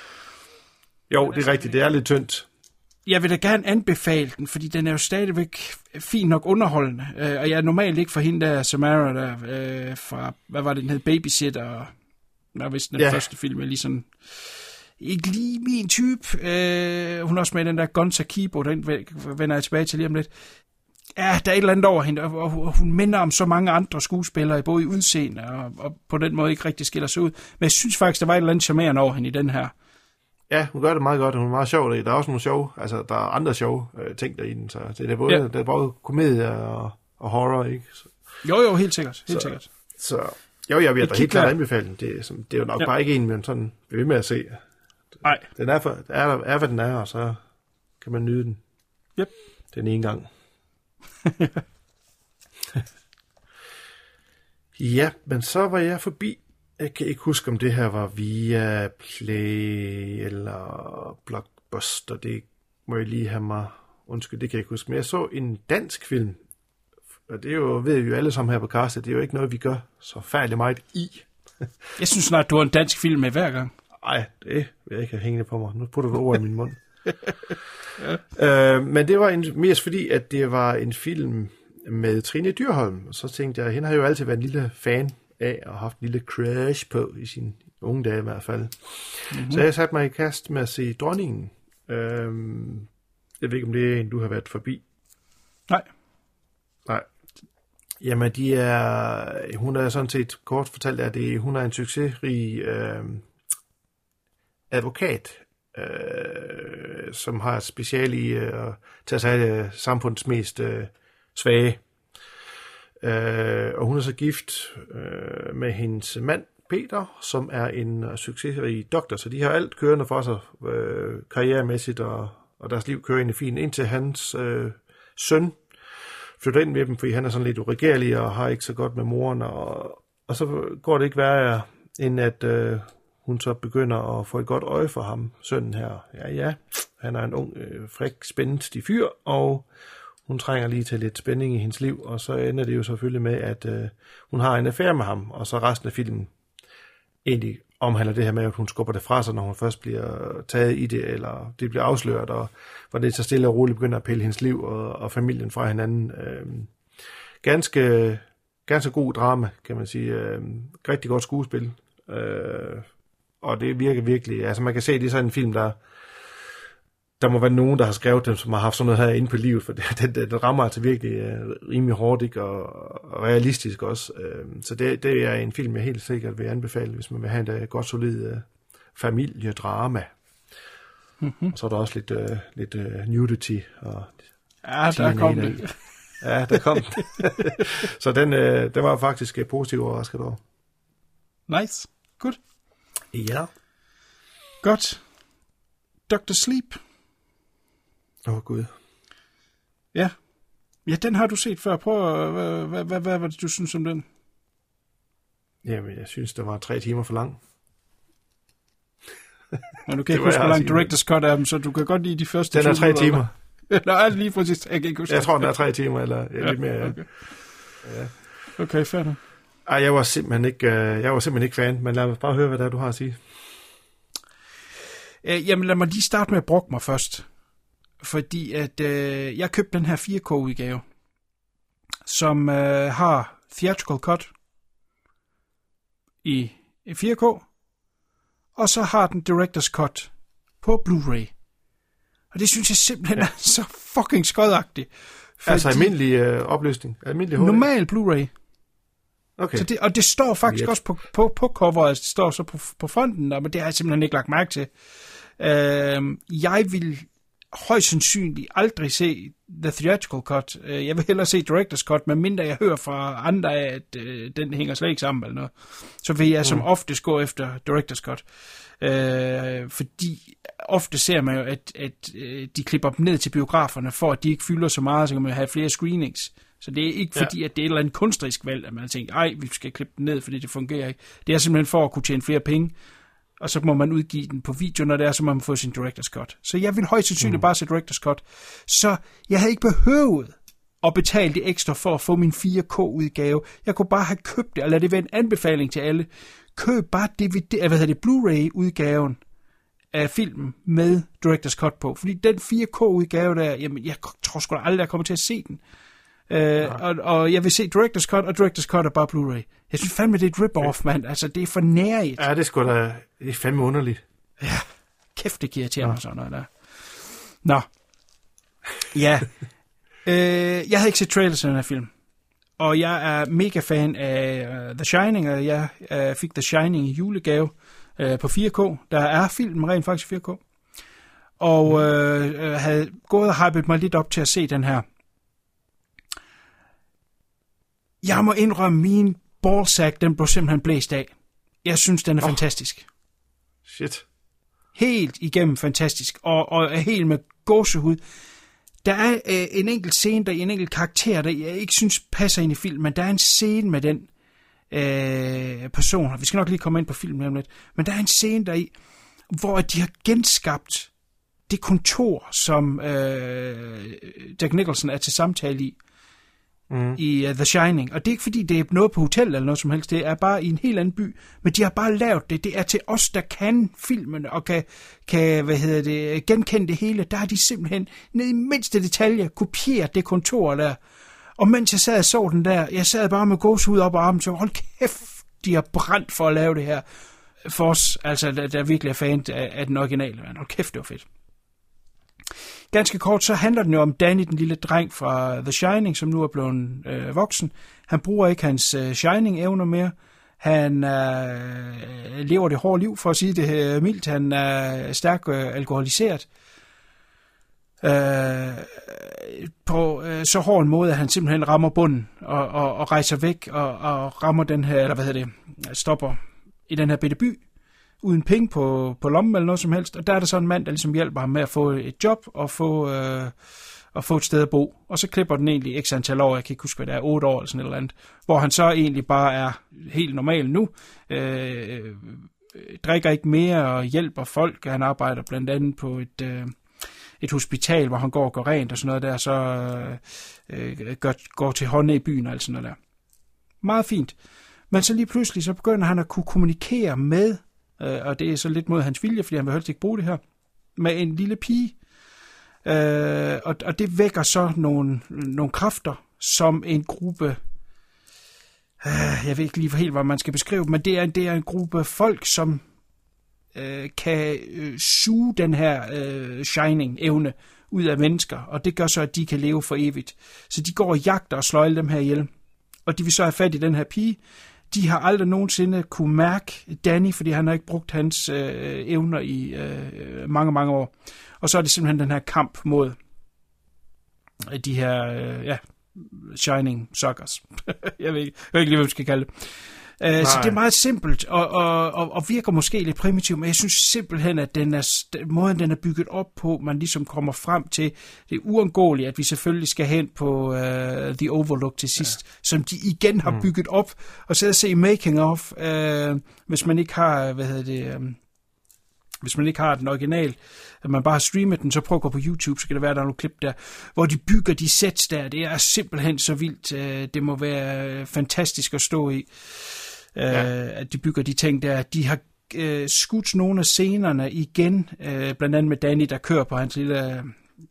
Jo, det er rigtigt, det er lidt tyndt. Jeg vil da gerne anbefale den, fordi den er jo stadigvæk fint nok underholdende. Og jeg er normalt ikke for hende der, Samara, der øh, fra, hvad var det, den hed, Babysitter, og der var vist den ja. første film, jeg lige sådan... Ikke lige min type. Øh, hun er også med i den der Gonza Kibo, den vender jeg tilbage til lige om lidt. Ja, der er et eller andet over hende, og hun minder om så mange andre skuespillere, både i udseende, og, og på den måde ikke rigtig skiller sig ud. Men jeg synes faktisk, der var et eller andet charmerende over hende i den her. Ja, hun gør det meget godt, hun er meget sjov. Der er også nogle sjove, altså der er andre sjove øh, ting der i den, så det er både, ja. det er både komedie og, og horror, ikke? Så, jo, jo, helt sikkert, helt så, sikkert. Så, jo, jeg vil da helt klart anbefale den. Det, som, det er jo nok ja. bare ikke en, men sådan, vi vil med at se. Nej. Den er, for, er, er, hvad den er, og så kan man nyde den. Yep. Den ene gang. Ja, men så var jeg forbi. Jeg kan ikke huske, om det her var via Play eller Blockbuster. Det må jeg lige have mig... Undskyld, det kan jeg ikke huske. Men jeg så en dansk film. Og det er jo, ved vi jo alle sammen her på castet, det er jo ikke noget, vi gør så færdigt meget i. Jeg synes snart, du har en dansk film med hver gang. Nej, det vil jeg ikke have hængende på mig. Nu putter du ord i min mund. ja. øh, men det var en, mest fordi, at det var en film med Trine Dyrholm. Og så tænkte jeg, hende har jo altid været en lille fan af, og haft en lille crush på i sine unge dage i hvert fald. Mm-hmm. Så jeg satte mig i kast med at se Dronningen. Øh, jeg ved ikke, om det er en, du har været forbi. Nej. Nej. Jamen, de er, hun er sådan set kort fortalt, at det, hun er en succesrig øh, advokat øh, som har et speciale i øh, at tage sig af øh, samfundets mest øh, svage. Øh, og hun er så gift øh, med hendes mand, Peter, som er en uh, succesrig doktor, så de har alt kørende for sig, øh, karrieremæssigt, og, og deres liv kører egentlig fint, indtil hans øh, søn flytter ind med dem, fordi han er sådan lidt uregerlig, og har ikke så godt med moren, og, og så går det ikke værre, end at øh, hun så begynder at få et godt øje for ham, sønnen her. Ja, ja, han er en ung, øh, fræk, spændstig fyr, og hun trænger lige til lidt spænding i hendes liv, og så ender det jo selvfølgelig med, at øh, hun har en affære med ham, og så resten af filmen egentlig omhandler det her med, at hun skubber det fra sig, når hun først bliver taget i det, eller det bliver afsløret, og hvor det så stille og roligt begynder at pille hendes liv og, og familien fra hinanden. Øh, ganske, ganske god drama, kan man sige. Øh, rigtig godt skuespil. Øh, og det virker virkelig, altså man kan se, det er sådan en film, der der må være nogen, der har skrevet dem, som har haft sådan noget her inde på livet, for det, det, det rammer altså virkelig uh, rimelig hårdt, ikke? Og, og realistisk også. Uh, så det, det er en film, jeg helt sikkert vil anbefale, hvis man vil have en uh, godt solid uh, familiedrama. Mm-hmm. Så er der også lidt, uh, lidt uh, nudity. Og ja, der kom det. Ja, der kom det. Så den, uh, den var faktisk uh, positivt overrasket over. Nice. Good. Ja. Godt. doktor Sleep. Åh, oh, Gud. Ja. Ja, den har du set før. Prøv at, hvad, hvad, hvad, hvad var det, du synes om den? Jamen, jeg synes, det var tre timer for lang. Men du kan ikke huske, hvor lang Director's Cut er dem, så du kan godt lide de første den er tre timer. Nå, lige præcis. Jeg kan ikke huske. Jeg tror, den er tre timer, eller ja, lidt mere, ja. Okay, ja. Okay, fair nok. Ej, jeg var simpelthen ikke, uh, jeg var simpelthen ikke fan, men lad mig bare høre, hvad det er, du har at sige. Uh, jamen, lad mig lige starte med at brokke mig først. Fordi at uh, jeg købte den her fire K-udgave, som uh, har theatrical cut i fire K, og så har den director's cut på Blu-ray. Og det synes jeg simpelthen ja. er så fucking skodagtigt. Altså almindelig øh, opløsning? Almindelig H D? Normal Blu-ray. Okay. Så det, og det står faktisk yep. også på, på, på coveret, altså det står så på, på fronten, men det har jeg simpelthen ikke lagt mærke til. Uh, jeg vil højst sandsynligt aldrig se The Theatrical Cut. Uh, jeg vil hellere se Director's Cut, medmindre jeg hører fra andre af, at uh, den hænger slet ikke sammen eller noget. Så vil jeg mm. som oftest gå efter Director's Cut. Uh, fordi ofte ser man jo, at, at uh, de klipper dem ned til biograferne, for at de ikke fylder så meget, så kan man have flere screenings. Så det er ikke fordi, ja. at det er et eller andet kunstnerisk valg, at man tænker, ej, vi skal klippe den ned, fordi det fungerer ikke. Det er simpelthen for at kunne tjene flere penge, og så må man udgive den på video, når det er, så må man få sin Director's Cut. Så jeg vil højst sandsynligt mm. bare se Director's Cut. Så jeg havde ikke behøvet at betale det ekstra for at få min fire K-udgave. Jeg kunne bare have købt det, og lad det være en anbefaling til alle. Køb bare D V D, hvad hedder det, Blu-ray-udgaven af filmen med Director's Cut på. Fordi den fire K-udgave der, jamen, jeg tror sgu da aldrig, jeg kommer til at se den. Uh, og, og jeg vil se Director's Cut, og Director's Cut er bare Blu-ray. Jeg synes fandme, det er et rip-off, mand. Altså, det er for nærigt. Ja, det er sgu da, det er fandme underligt. Ja, kæft, det giver til mig sådan noget der. Nå. Ja. uh, jeg havde ikke set trailers til den her film. Og jeg er mega fan af uh, The Shining, og jeg uh, fik The Shining i julegave uh, på fire K. Der er filmen rent faktisk fire K. Og uh, havde gået og hypet mig lidt op til at se den her. Jeg må indrømme, min ballsack, den blev simpelthen blæst af. Jeg synes, den er oh. fantastisk. Shit. Helt igennem fantastisk, og, og er helt med gåsehud. Der er øh, en enkelt scene, der er en enkelt karakter, der jeg ikke synes passer ind i filmen, men der er en scene med den øh, person, vi skal nok lige komme ind på filmen om lidt, men der er en scene der i, hvor de har genskabt det kontor, som øh, Jack Nicholson er til samtale i, Mm. i uh, The Shining. Og det er ikke fordi, det er noget på hotel eller noget som helst. Det er bare i en helt anden by. Men de har bare lavet det. Det er til os, der kan filmen og kan, kan hvad hedder det, genkende det hele. Der har de simpelthen ned i mindste detalje kopieret det kontor der. Og mens jeg sad og så den der, jeg sad bare med gåsehud op og armen, så hold kæft, de har brændt for at lave det her for os. Altså, der, der virkelig er fan af, af den originale. Hold kæft, det var fedt. Ganske kort, så handler den jo om Danny, den lille dreng fra The Shining, som nu er blevet øh, voksen. Han bruger ikke hans øh, Shining-evner mere. Han øh, lever det hårde liv, for at sige det øh, mildt. Han er stærkt øh, alkoholiseret. Øh, på øh, så hård en måde, at han simpelthen rammer bunden og, og, og rejser væk og, og rammer den her, eller hvad hedder det, stopper i den her bitte by, uden penge på, på lommen eller noget som helst. Og der er der så en mand, der ligesom hjælper ham med at få et job og få, øh, og få et sted at bo. Og så klipper den egentlig x antal år, jeg kan ikke huske, hvad det er, otte år eller sådan et eller andet, hvor han så egentlig bare er helt normal nu, øh, drikker ikke mere og hjælper folk. Han arbejder blandt andet på et, øh, et hospital, hvor han går og går rent og sådan noget der, så øh, går, går til hånden i byen og alt sådan noget der. Meget fint. Men så lige pludselig, så begynder han at kunne kommunikere med, øh, og det er så lidt mod hans vilje, fordi han vil helst ikke bruge det her, med en lille pige. Øh, og, og det vækker så nogle, nogle kræfter, som en gruppe, øh, jeg ved ikke lige helt, hvad man skal beskrive, men det er, det er en gruppe folk, som øh, kan øh, suge den her øh, shining-evne ud af mennesker, og det gør så, at de kan leve for evigt. Så de går og jagter og slår alle dem her ihjel, og de vil så have fat i den her pige. De har aldrig nogensinde kunne mærke Danny, fordi han har ikke brugt hans øh, evner i øh, mange, mange år. Og så er det simpelthen den her kamp mod de her, øh, ja, shining suckers. jeg, ved ikke, jeg ved ikke lige, hvad vi skal kalde det. Uh, så det er meget simpelt, og, og, og, og virker måske lidt primitivt, men jeg synes simpelthen, at den er, måden, den er bygget op på, man ligesom kommer frem til, det er uundgåeligt, at vi selvfølgelig skal hen på uh, The Overlook til sidst, ja. Som de igen har bygget op, og så at se making of, uh, hvis man ikke har, hvad hedder det, um, hvis man ikke har den original, at man bare har streamet den, så prøv at gå på YouTube, så kan det være, der er nogle klip der, hvor de bygger de sets der, det er simpelthen så vildt, uh, det må være fantastisk at stå i. Ja. Uh, at de bygger de ting der. De har uh, skudt nogle af scenerne igen, uh, blandt andet med Danny, der kører på hans lille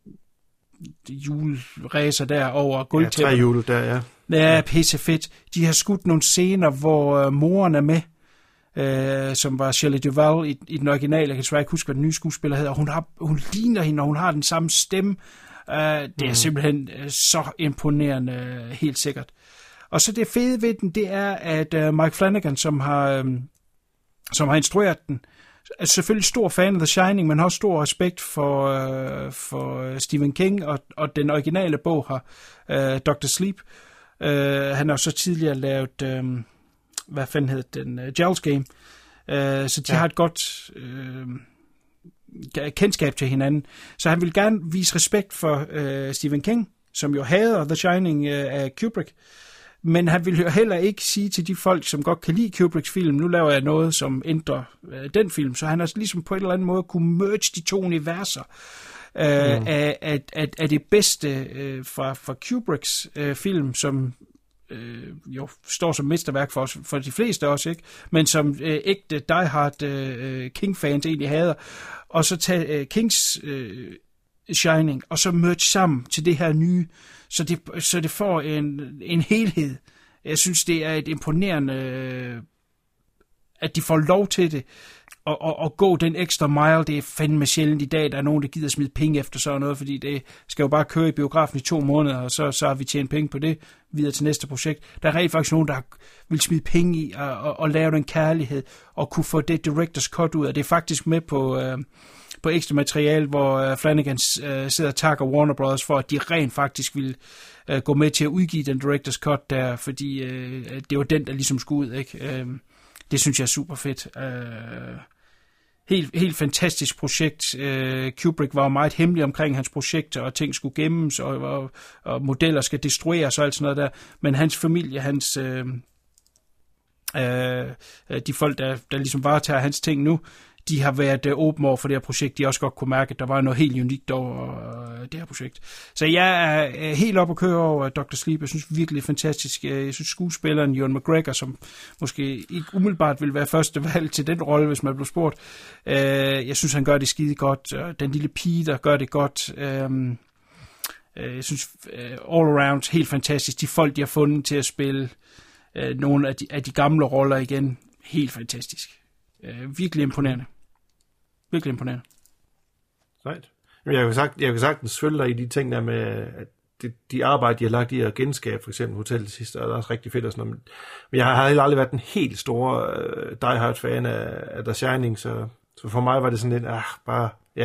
uh, juleræser der over gulvtæppet. Ja, tre jule der, ja. Ja, pisse fedt. De har skudt nogle scener, hvor uh, moren er med, uh, som var Shelley Duvall i, i den originale. Jeg kan desværre ikke huske, hvad den nye skuespiller hedder. Hun, har, hun ligner hende, og hun har den samme stemme. Uh, det er mm. simpelthen uh, så imponerende, uh, helt sikkert. Og så det fede ved den, det er, at uh, Mike Flanagan, som har, um, som har instrueret den, er selvfølgelig stor fan af The Shining, men har også stor respekt for, uh, for Stephen King, og, og den originale bog har uh, doktor Sleep. Uh, han har så tidligere lavet, um, hvad fanden hed den, uh, Giles Game. Uh, så de ja. har et godt uh, kendskab til hinanden. Så han vil gerne vise respekt for uh, Stephen King, som jo hader The Shining uh, af Kubrick. Men han vil jo heller ikke sige til de folk, som godt kan lide Kubricks film, nu laver jeg noget, som ændrer øh, den film. Så han har ligesom på en eller anden måde kunne merge de to universer øh, mm. af, af, af, af det bedste øh, fra, fra Kubricks øh, film, som øh, jo står som mesterværk for, os, for de fleste også, ikke? Men som øh, ægte diehard øh, King-fans egentlig hader. Og så tage øh, Kings øh, Shining, og så merge sammen til det her nye, så det, så det får en, en helhed. Jeg synes, det er et imponerende, at de får lov til det, og, og, og gå den ekstra mile. Det er fandme sjældent i dag, der er nogen, der gider smide penge efter sådan noget, fordi det skal jo bare køre i biografen i to måneder, og så, så har vi tjent penge på det, videre til næste projekt. Der er rigtig faktisk nogen, der vil smide penge i, og, og, og lave den kærlighed, og kunne få det director's cut ud, og det er faktisk med på... Øh, på ekstra materiale, hvor uh, Flanagan uh, sidder og takker Warner Brothers for, at de rent faktisk ville uh, gå med til at udgive den director's cut der, fordi uh, det var den, der ligesom skulle ud, ikke? Uh, det synes jeg er super fedt. Uh, helt, helt fantastisk projekt. Uh, Kubrick var meget hemmelig omkring hans projekter, og ting skulle gemmes, og, og, og modeller skal destrueres og alt sådan noget der, men hans familie, hans... Uh, uh, de folk, der, der ligesom varetager hans ting nu, de har været uh, åbne over for det her projekt. De også godt kunne mærke, at der var noget helt unikt over uh, det her projekt. Så jeg er uh, helt op at køre over uh, doktor Sleep. Jeg synes virkelig fantastisk. Uh, jeg synes skuespilleren Ewan McGregor, som måske ikke umiddelbart ville være første valg til den rolle, hvis man blev spurgt. Uh, jeg synes, han gør det skide godt. Uh, den lille pige, der gør det godt. Uh, uh, jeg synes uh, all around helt fantastisk. De folk, de har fundet til at spille uh, nogle af de, af de gamle roller igen. Helt fantastisk. Uh, virkelig imponerende. Virkelig imponerende. Right. Jeg kan sagt, jeg kan sagtens følge dig i de ting der med, at det, de arbejde, de har lagt i at genskabe, for eksempel hotellet til sidst, er også rigtig fedt og sådan noget. Men jeg har heller aldrig været den helt store uh, Die Hard fan af, af The Shining, så, så for mig var det sådan lidt, ah, bare, ja.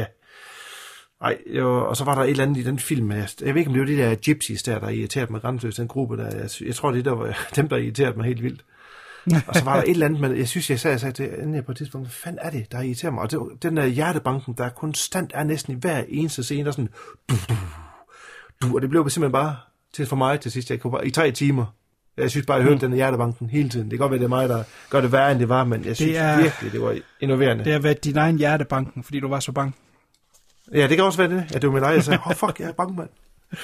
Ej, jo, og så var der et eller andet i den film, jeg, jeg ved ikke, om det var de der gypsies der, der irriterede mig grænseløst, den gruppe der, jeg, jeg tror, det der var dem, der irriterede mig helt vildt. Og så var der et eller andet, men jeg synes, jeg sagde, jeg sagde til Anja på et tidspunkt, hvad fanden er det, der irriterer mig? Og det, den der hjertebanken, der konstant er næsten i hver eneste scene, der sådan, du, du, du, og det blev simpelthen bare til for mig til sidst, jeg kunne bare, i tre timer. Jeg synes bare, jeg hørte mm. den der hjertebanken hele tiden. Det kan godt være, det er mig, der gør det værre, end det var, men jeg synes er, virkelig, det var innoverende. Det har været din egen hjertebanken, fordi du var så bange. Ja, det kan også være det. Ja, det var med dig, jeg sagde, åh, oh, fuck, jeg er bange, mand.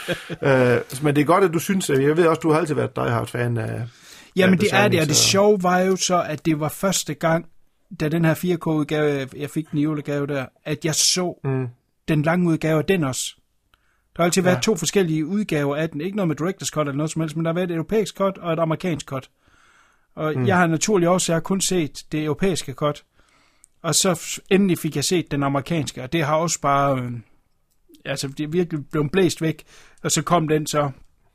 uh, men det er godt, at du synes, jeg ved også, du har altid været Die Hard-fan af... Jamen, det er det, og det sjove var jo så, at det var første gang, da den her fire K-udgave, jeg fik den julegave der, at jeg så mm. den lange udgave af den også. Der har altid ja. været to forskellige udgaver af den. Ikke noget med Director's Cut eller noget som helst, men der har været et europæisk cut og et amerikansk cut. Og mm. jeg har naturligt også kun set det europæiske cut. Og så endelig fik jeg set den amerikanske, og det har også bare... Øh, altså, det er virkelig blevet blæst væk. Og så kom den så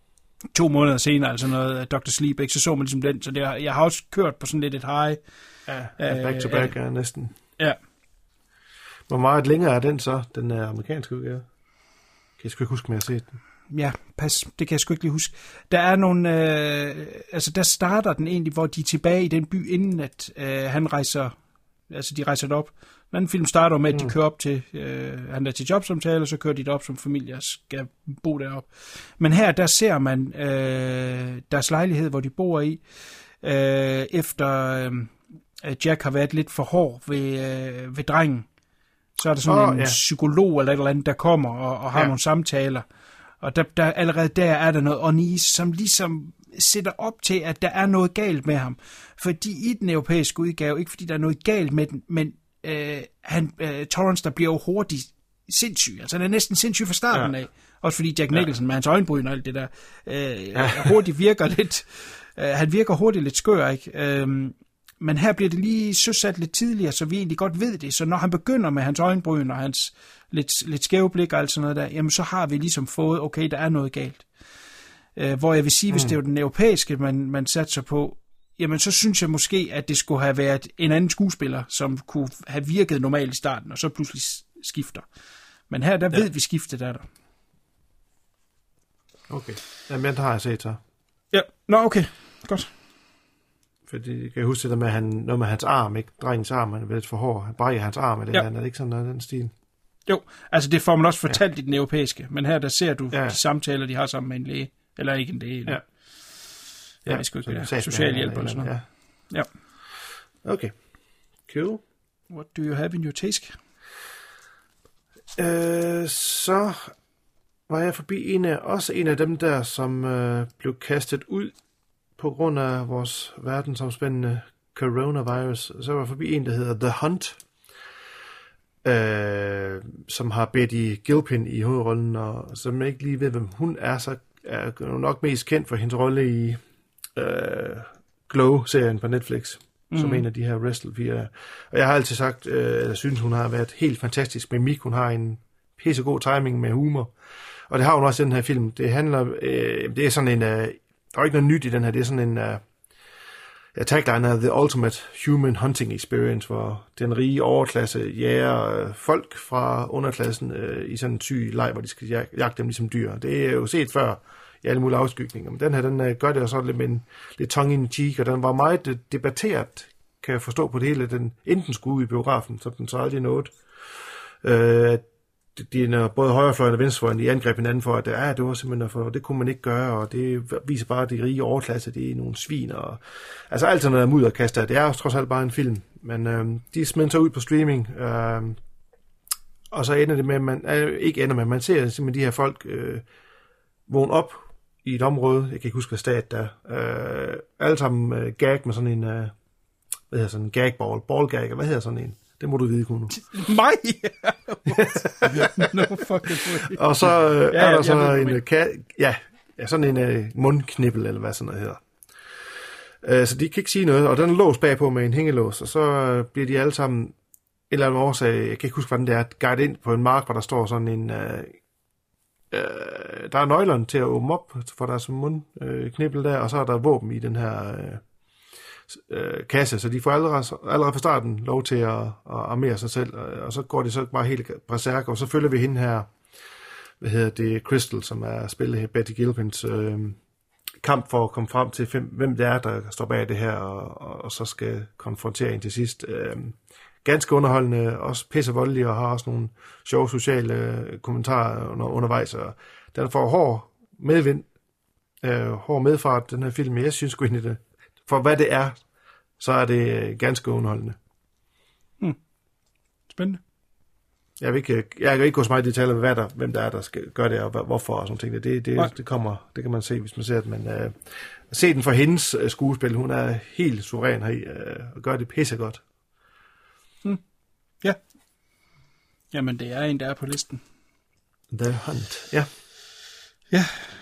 to måneder senere, altså noget doktor Sleep, ikke? Så så man ligesom den. Så det, jeg har også kørt på sådan lidt et high. Ja, øh, back to back er næsten. Ja. Hvor meget længere er den så, den amerikanske udgave? Kan jeg sgu ikke huske, om jeg har set den. Ja, pas. Det kan jeg sgu ikke lige huske. Der er nogle... Øh, altså, der starter den egentlig, hvor de er tilbage i den by, inden at øh, han rejser... Altså, de rejser derop. Den anden film starter med, at de mm. kører op til... Øh, han er til jobsamtale, og så kører de derop som familie og skal bo derop. Men her, der ser man øh, deres lejlighed, hvor de bor i, øh, efter øh, Jack har været lidt for hård ved, øh, ved drengen. Så er der sådan oh, en ja. psykolog eller et eller andet, der kommer og, og har ja. nogle samtaler. Og der, der, allerede der er der noget unease, som ligesom sætter op til, at der er noget galt med ham. Fordi i den europæiske udgave, ikke fordi der er noget galt med den, men øh, han, øh, Torrance, der bliver jo hurtigt sindssyg. Altså han er næsten sindssyg fra starten ja. af. Også fordi Jack Nicholson ja. med hans øjenbryn og alt det der, øh, ja. hurtigt virker lidt, øh, han virker hurtigt lidt skør, ikke? Øh, Men her bliver det lige søsat lidt tidligere, så vi egentlig godt ved det. Så når han begynder med hans øjenbryn og hans lidt, lidt skæve blik og alt sådan noget der, jamen så har vi ligesom fået, okay, der er noget galt. Øh, hvor jeg vil sige, mm. hvis det er den europæiske, man, man satser på, jamen så synes jeg måske, at det skulle have været en anden skuespiller, som kunne have virket normalt i starten, og så pludselig skifter. Men her, der ja. ved vi skiftet er der. Okay. Jamen, den har jeg set så. Ja, nå okay, godt. Fordi jeg kan huske det der med, han, noget med hans arm, ikke? Drengens arm, han er lidt for hård. Han brækker hans arm, eller ja. Er det ikke sådan noget den stil? Jo, altså det får man også fortalt ja. i den europæiske, men her der ser du ja. de samtaler, de har sammen med en læge. Eller ikke en læge. Ja. Ja, jeg skal ikke det. Socialhjælp eller sådan noget. Ja. ja. Okay. Cool. What do you have in your taste? Øh, så var jeg forbi en af, også en af dem der, som øh, blev kastet ud på grund af vores verdensomspændende coronavirus. Så var jeg forbi en, der hedder The Hunt, øh, som har Betty Gilpin i hovedrollen, og som jeg ikke lige ved, hvem hun er, så er nok mest kendt for hendes rolle i øh, Glow-serien på Netflix, mm. som en af de her wrestlepiger. Og jeg har altid sagt, øh, jeg synes, hun har været helt fantastisk med mimik. Hun har en pissegod timing med humor. Og det har hun også i den her film. Det handler, øh, det er sådan en, øh, der er ikke noget nyt i den her, det er sådan en, øh, tagline af The Ultimate Human Hunting Experience, hvor den rige overklasse jager øh, folk fra underklassen øh, i sådan en syg leg, hvor de skal jag- jagte dem ligesom dyr. Det er jo set før i alle mulige afskygninger, men den her, den øh, gør det jo sådan lidt med en lidt tongue in cheek, og den var meget debatteret, kan jeg forstå på det hele. Den enten skulle ud i biografen, så den så aldrig nåede. Øh, de er både højrefløjen og venstrefløjen, de angreb hinanden for, at ja, det var simpelthen for, det kunne man ikke gøre, og det viser bare, at de rige overklasse, det er nogle svin, og altså alt sådan noget mudderkaster. Det er jo trods alt bare en film, men øh, de smider så ud på streaming, øh, og så ender det med, at man, øh, ikke ender med, man ser simpelthen de her folk øh, vågne op i et område, jeg kan ikke huske, hvad stat der er, øh, alle sammen øh, gag med sådan en, øh, hvad hedder sådan en gagball, ballgag, hvad hedder sådan en? Det må du vide, Kuno. Mig? No fucking way. Og så øh, ja, er der så en, ka- ja, ja, sådan en øh, mundknippel, eller hvad sådan noget hedder. Øh, så de kan ikke sige noget, og den er låst bagpå med en hængelås, og så øh, bliver de alle sammen, en eller anden årsag, jeg kan ikke huske, hvordan det er, guidet ind på en mark, hvor der står sådan en, øh, øh, der er nøglerne til at åbne op for deres mundknibbel øh, der, og så er der våben i den her øh, øh, kasse, så de får allerede, allerede fra starten lov til at, at armere sig selv, og, og så går de så bare helt berserk, og så følger vi hende her, hvad hedder det, Crystal, som er spillet her, Betty Gilpins øh, kamp for at komme frem til, fem, hvem det er, der står bag det her, og, og, og så skal konfrontere en til sidst. Øh, ganske underholdende, også pisse voldelige, og har også nogle sjove sociale kommentarer under, undervejs, og den får hård medvind, øh, hård medfart, den her film, men jeg synes sgu egentlig det, for hvad det er, så er det ganske underholdende. Hmm. Spændende. Jeg vil ikke, jeg kan ikke gå så meget i detaljer med, hvad der, hvem der er, der skal gøre det, og hvorfor, og sådan ting. Det, det, det, det kommer, det kan man se, hvis man ser det, men øh, se den for hendes øh, skuespil, hun er helt suveræn her i, øh, og gør det pissegodt. Hmm. Ja. Jamen, det er en, der er på listen. The Hunt, ja. Ja.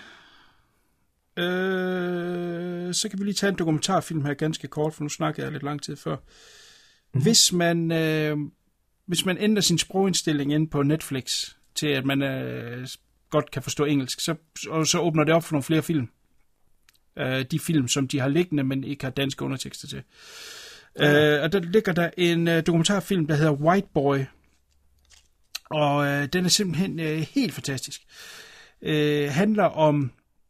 Øh, så kan vi lige tage en dokumentarfilm her ganske kort, for nu snakker jeg lidt lang tid før. Mm-hmm. Hvis man... Øh, Hvis man ændrer sin sprogindstilling ind på Netflix, til at man øh, godt kan forstå engelsk, så, og så åbner det op for nogle flere film. Øh, de film, som de har liggende, men ikke har danske undertekster til. Ja. Øh, og der ligger der en øh, dokumentarfilm, der hedder White Boy. Og øh, den er simpelthen øh, helt fantastisk. Øh, handler om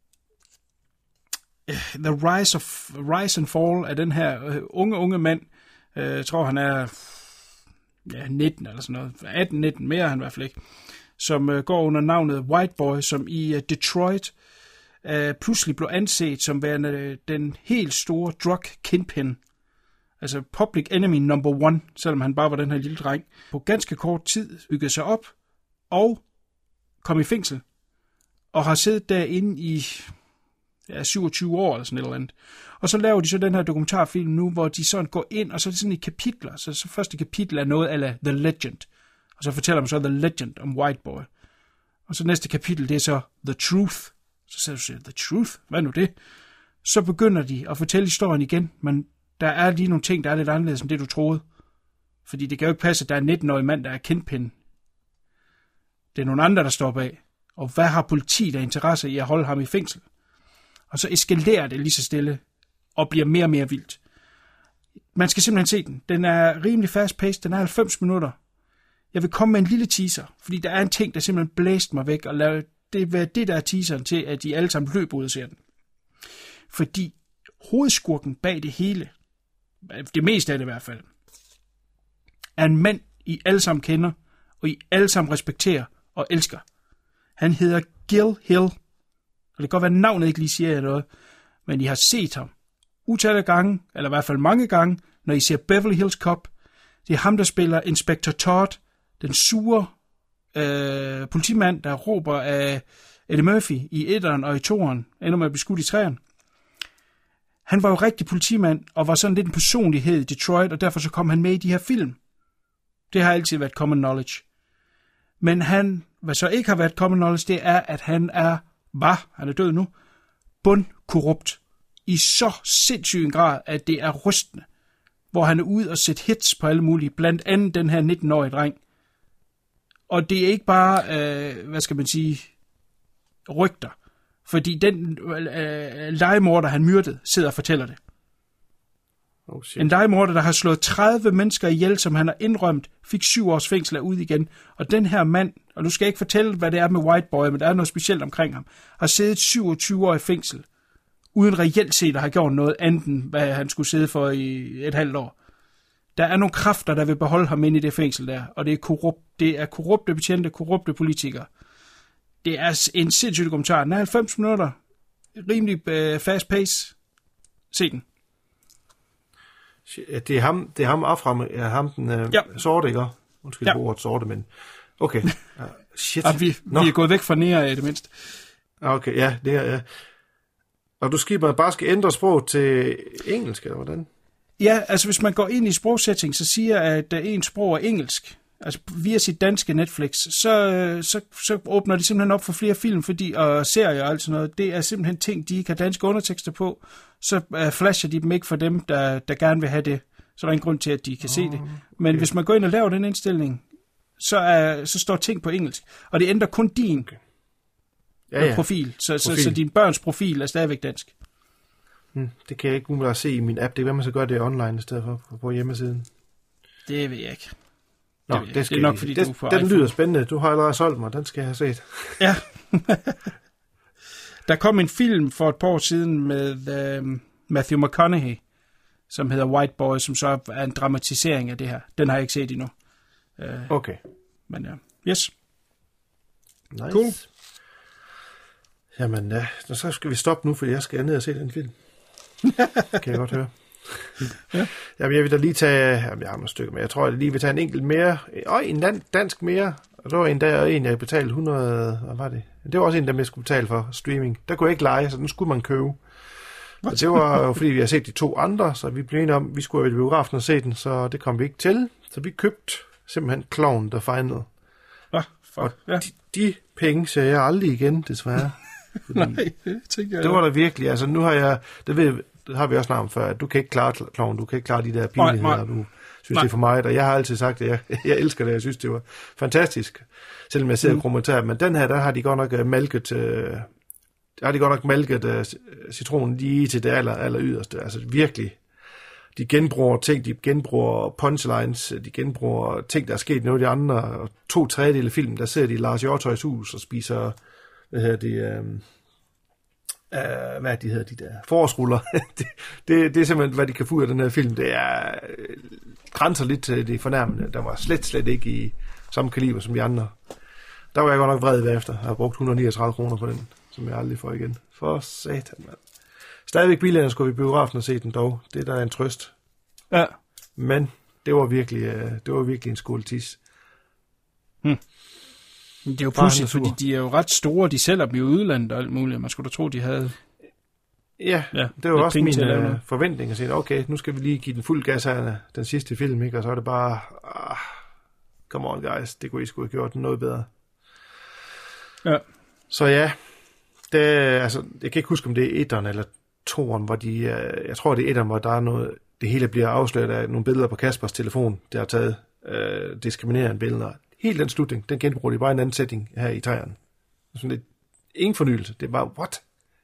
øh, the rise, of, rise and fall af den her øh, unge, unge mand. Øh, jeg tror, han er... ja, nitten eller sådan noget, atten nitten, mere han i hvert fald ikke, som uh, går under navnet White Boy, som i uh, Detroit uh, pludselig blev anset som værende uh, den helt store drug kingpin, altså public enemy number one, selvom han bare var den her lille dreng. På ganske kort tid byggede sig op og kom i fængsel, og har siddet derinde i ja, syvogtyve år eller sådan et eller andet. Og så laver de så den her dokumentarfilm nu, hvor de sådan går ind, og så er det sådan i kapitler. Så, så første kapitel er noget ala The Legend. Og så fortæller man så The Legend om White Boy. Og så næste kapitel, det er så The Truth. Så siger du så, The Truth? Hvad er nu det? Så begynder de at fortælle historien igen, men der er lige nogle ting, der er lidt anderledes end det, du troede. Fordi det kan jo ikke passe, at der er en nitten-årig mand, der er kingpin. Det er nogle andre, der står bag. Og hvad har politiet af interesse i at holde ham i fængsel? Og så eskalerer det lige så stille, og bliver mere og mere vildt. Man skal simpelthen se den. Den er rimelig fast-paced, den er halvfems minutter. Jeg vil komme med en lille teaser, fordi der er en ting, der simpelthen blæste mig væk, og lave det er det, der er teaseren til, at de alle sammen løber ud og ser den. Fordi hovedskurken bag det hele, det meste af det i hvert fald, er en mand, I alle sammen kender, og I alle sammen respekterer og elsker. Han hedder Gil Hill. Og det kan godt være, at navnet ikke lige siger jer noget, men I har set ham utallige gange, eller i hvert fald mange gange, når I ser Beverly Hills Cop. Det er ham, der spiller Inspector Todd, den sure øh, politimand, der råber af Eddie Murphy i etteren og i toeren, ender med at blive skudt i træerne. Han var jo rigtig politimand, og var sådan lidt en personlighed i Detroit, og derfor så kom han med i de her film. Det har altid været common knowledge. Men han, hvad så ikke har været common knowledge, det er, at han er, var, han er død nu, bundkorrupt. I så sindssyg en grad, at det er rystende. Hvor han er ude og sætte hits på alle mulige, blandt andet den her nitten-årige dreng. Og det er ikke bare, øh, hvad skal man sige, rygter. Fordi den øh, legemorder, han myrdede, sidder og fortæller det. Oh, en legemorder, der har slået tredive mennesker ihjel, som han har indrømt, fik syv års fængsel ud igen. Og den her mand, og nu skal jeg ikke fortælle, hvad det er med White Boy, men der er noget specielt omkring ham, har siddet syvogtyve år i fængsel, uden reelt set at have gjort noget andet, end hvad han skulle sidde for i et halvt år. Der er nogle kræfter, der vil beholde ham inde i det fængsel der, og det er, korrupt, det er korrupte betjente, korrupte politikere. Det er en sindssyg kommentar. Den er halvfems minutter. Rimelig uh, fast pace. Se den. Det er ham, det er ham afram, er ham den uh, ja. sorte, ikke? Undskyld, ja. ordet sorte, men okay. Uh, shit. Ja, vi, vi er gået væk fra nære, det mindste. Okay, ja, det er ja. Og du skal bare skal ændre sprog til engelsk, eller hvordan? Ja, altså hvis man går ind i sprogsætning, så siger at ens sprog er engelsk. Altså via sit danske Netflix, så, så, så åbner de simpelthen op for flere film, fordi, og serier og alt sådan noget. Det er simpelthen ting, de ikke har danske undertekster på. Så uh, flasher de dem ikke for dem, der, der gerne vil have det. Så er der ingen grund til, at de kan oh, se det. Men okay. Hvis man går ind og laver den indstilling, så, er, så står ting på engelsk. Og det ændrer kun din, okay. Ja, ja. Profil. Så, profil. Så, så din børns profil er stadigvæk dansk. Hmm, det kan jeg ikke umiddelbart se i min app. Det kan være, man så gør det online i stedet for på, på hjemmesiden. Det ved jeg ikke. Nå, det, det, skal det er nok, fordi det, du er på den iPhone. lyder spændende. Du har allerede solgt mig. Den skal jeg have set. Ja. Der kom en film for et par år siden med uh, Matthew McConaughey, som hedder White Boy, som så er en dramatisering af det her. Den har jeg ikke set endnu. Uh, Okay. Men ja, yes. Nice. Cool. Jamen ja, så skal vi stoppe nu, for jeg skal ned og se den film. Kan jeg godt høre. Ja. Jamen, jeg vil da lige tage... Jamen, jeg har nogle stykker, men jeg tror, jeg lige vil tage en enkelt mere. Og en dan- dansk mere. Og der var en der, en jeg betalte hundrede... Hvad var det? Det var også en, der jeg skulle betale for streaming. Der kunne jeg ikke lege, så den skulle man købe. Og det var jo, fordi vi har set de to andre, så vi blev enige om, at vi skulle have i biografen og se den, så det kom vi ikke til. Så vi købte simpelthen Klovn, der Final. Ah, fuck. Ja. De, de penge ser jeg aldrig igen, desværre. Nej, det tænker jeg. Det var der virkelig. Altså, nu har jeg... Det, ved, det har vi også snakket om før, at du kan ikke klare Klovn, du kan ikke klare de der pinligheder, du synes, nej. Det er for mig. Og jeg har altid sagt, at jeg, jeg elsker det, jeg synes, det var fantastisk. Selvom jeg sidder mm. og kommenterer. Men den her, der har de godt nok uh, malket... Uh, der har de godt nok malket uh, citronen lige til det aller, aller yderste. Altså virkelig. De genbruger ting, de genbruger punchlines, de genbruger ting, der er sket noget af de andre. Og to tredjedele af filmen, der sidder de i Lars Hjortøjs hus og spiser... Hvad hedder det... Uh, Uh, hvad de hedder, de der forårsruller. det, det, det er simpelthen, hvad de kan få ud af den her film. Det er uh, grænser lidt til det fornærmende. Der var slet, slet ikke i samme kaliber som de andre. Der var jeg godt nok vred bagefter. Jeg har brugt et hundrede og niogtredive kroner på den, som jeg aldrig får igen. For satan, mand. Stadigvæk billigere skulle vi i biografen og se den dog. Det der er en trøst. Ja. Men det var virkelig, uh, det var virkelig en skål tis. Hmm. Det er jo pudsigt, fordi de er jo ret store. De sælger dem i udlandet og alt muligt. Man skulle da tro, de havde... Ja, ja det var også min uh, forventning at sige, okay, nu skal vi lige give den fuld gas her, den sidste film, ikke? Og så er det bare, ah, come on guys, det kunne I sgu have gjort noget bedre. Ja. Så ja, det, altså, jeg kan ikke huske, om det er etteren eller toeren, hvor de, uh, jeg tror, det er etteren, hvor der er noget, det hele bliver afsløret af nogle billeder på Kaspers telefon, der har taget uh, diskriminerende billeder. Helt den slutning, den genbruger de bare en anden setting her i træerne. Sådan lidt, ingen fornyelse, det er bare, what?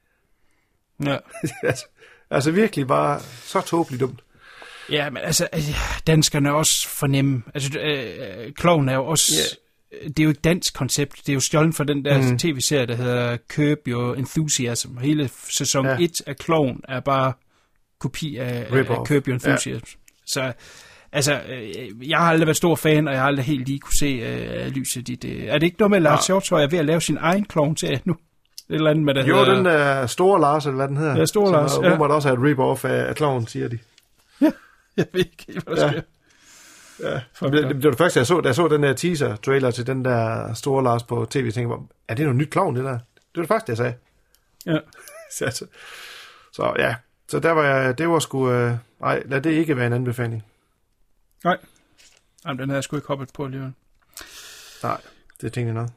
Ja. altså, altså virkelig bare så tåbeligt dumt. Ja, men altså, danskerne er også fornemme. Altså, øh, Klovn er jo også... Yeah. Det er jo et dansk koncept. Det er jo stjålet fra den der mm. tv-serie, der hedder Curb Your Enthusiasm. Hele sæson ja. et af Klovn er bare kopi af, af Curb Your Enthusiasm. Ja. Så... Altså, øh, jeg har aldrig været stor fan, og jeg har aldrig helt lige kunne se øh, lyset i det. Er det ikke noget med, at Lars Hjortøj er ved at lave sin egen klovn til nu? Et eller andet med, der jo, hedder... den der Store Lars, eller hvad den hedder. Ja, Store Lars, ja. Hun måtte også have et rip-off af, af klovn, siger de. Ja, jeg ved ikke, hvad der ja. sker. Ja. Det, det, det var det første, jeg så, da jeg så den der teaser-trailer til den der Store Lars på tv, jeg tænkte, er det noget nyt klovn, det der? Det var det første, jeg sagde. Ja. så, så ja, så der var jeg, det var sgu, øh, nej, lad det ikke være en anbefaling. Nej. Jamen, den havde jeg sgu ikke hoppet på alligevel. Nej, det tænkte jeg nok.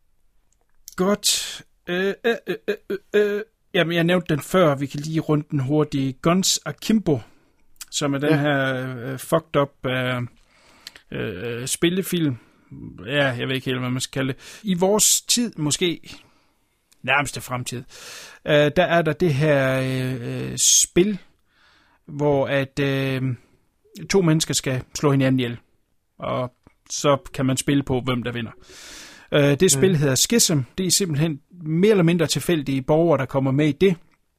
Godt. Øh, øh, øh, øh, øh. Jamen, jeg nævnte den før. Vi kan lige runde den hurtigt. Guns Akimbo, som er den ja. her øh, fucked up øh, øh, spillefilm. Ja, jeg ved ikke helt, hvad man skal kalde det. I vores tid, måske nærmeste fremtid, øh, der er der det her øh, spil, hvor at... Øh, to mennesker skal slå hinanden ihjel, og så kan man spille på, hvem der vinder. Uh, det spil mm. hedder Schism. Det er simpelthen mere eller mindre tilfældige borgere, der kommer med i det.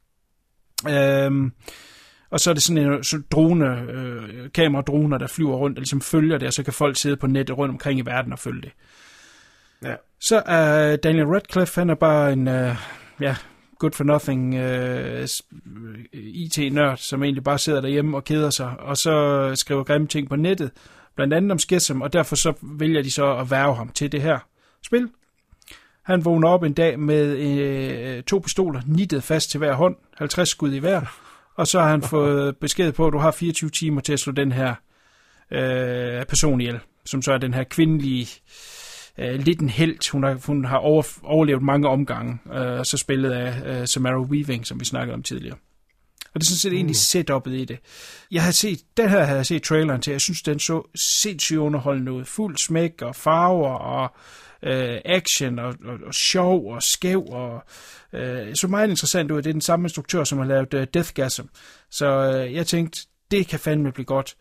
Uh, og så er det sådan en så drone, uh, kameradroner, der flyver rundt, og ligesom følger det, og så kan folk sidde på nettet rundt omkring i verden og følge det. Ja. Så er uh, Daniel Radcliffe, han er bare en... Uh, ja, good for nothing uh, I T-nørd, som egentlig bare sidder derhjemme og keder sig, og så skriver grimme ting på nettet, blandt andet om Schism, og derfor så vælger de så at værve ham til det her spil. Han vågner op en dag med øh, to pistoler, nittet fast til hver hånd, halvtreds skud i hver, og så har han fået besked på, at du har fireogtyve timer til at slå den her øh, person ihjel, som så er den her kvindelige Uh, lidt en helt. Hun har, hun har over, overlevet mange omgange, uh, og så spillet af uh, Samara Weaving, som vi snakkede om tidligere. Og det er sådan set mm. egentlig setup'et i det. Jeg har set, den her havde jeg set traileren til, jeg synes, den så sindssygt underholdende ud. Fuld smæk og farver og øh, action og, og, og sjov og skæv og øh, så meget interessant ud. Det er den samme instruktør, som har lavet øh, Deathgasm. Så øh, jeg tænkte, det kan fandme blive godt.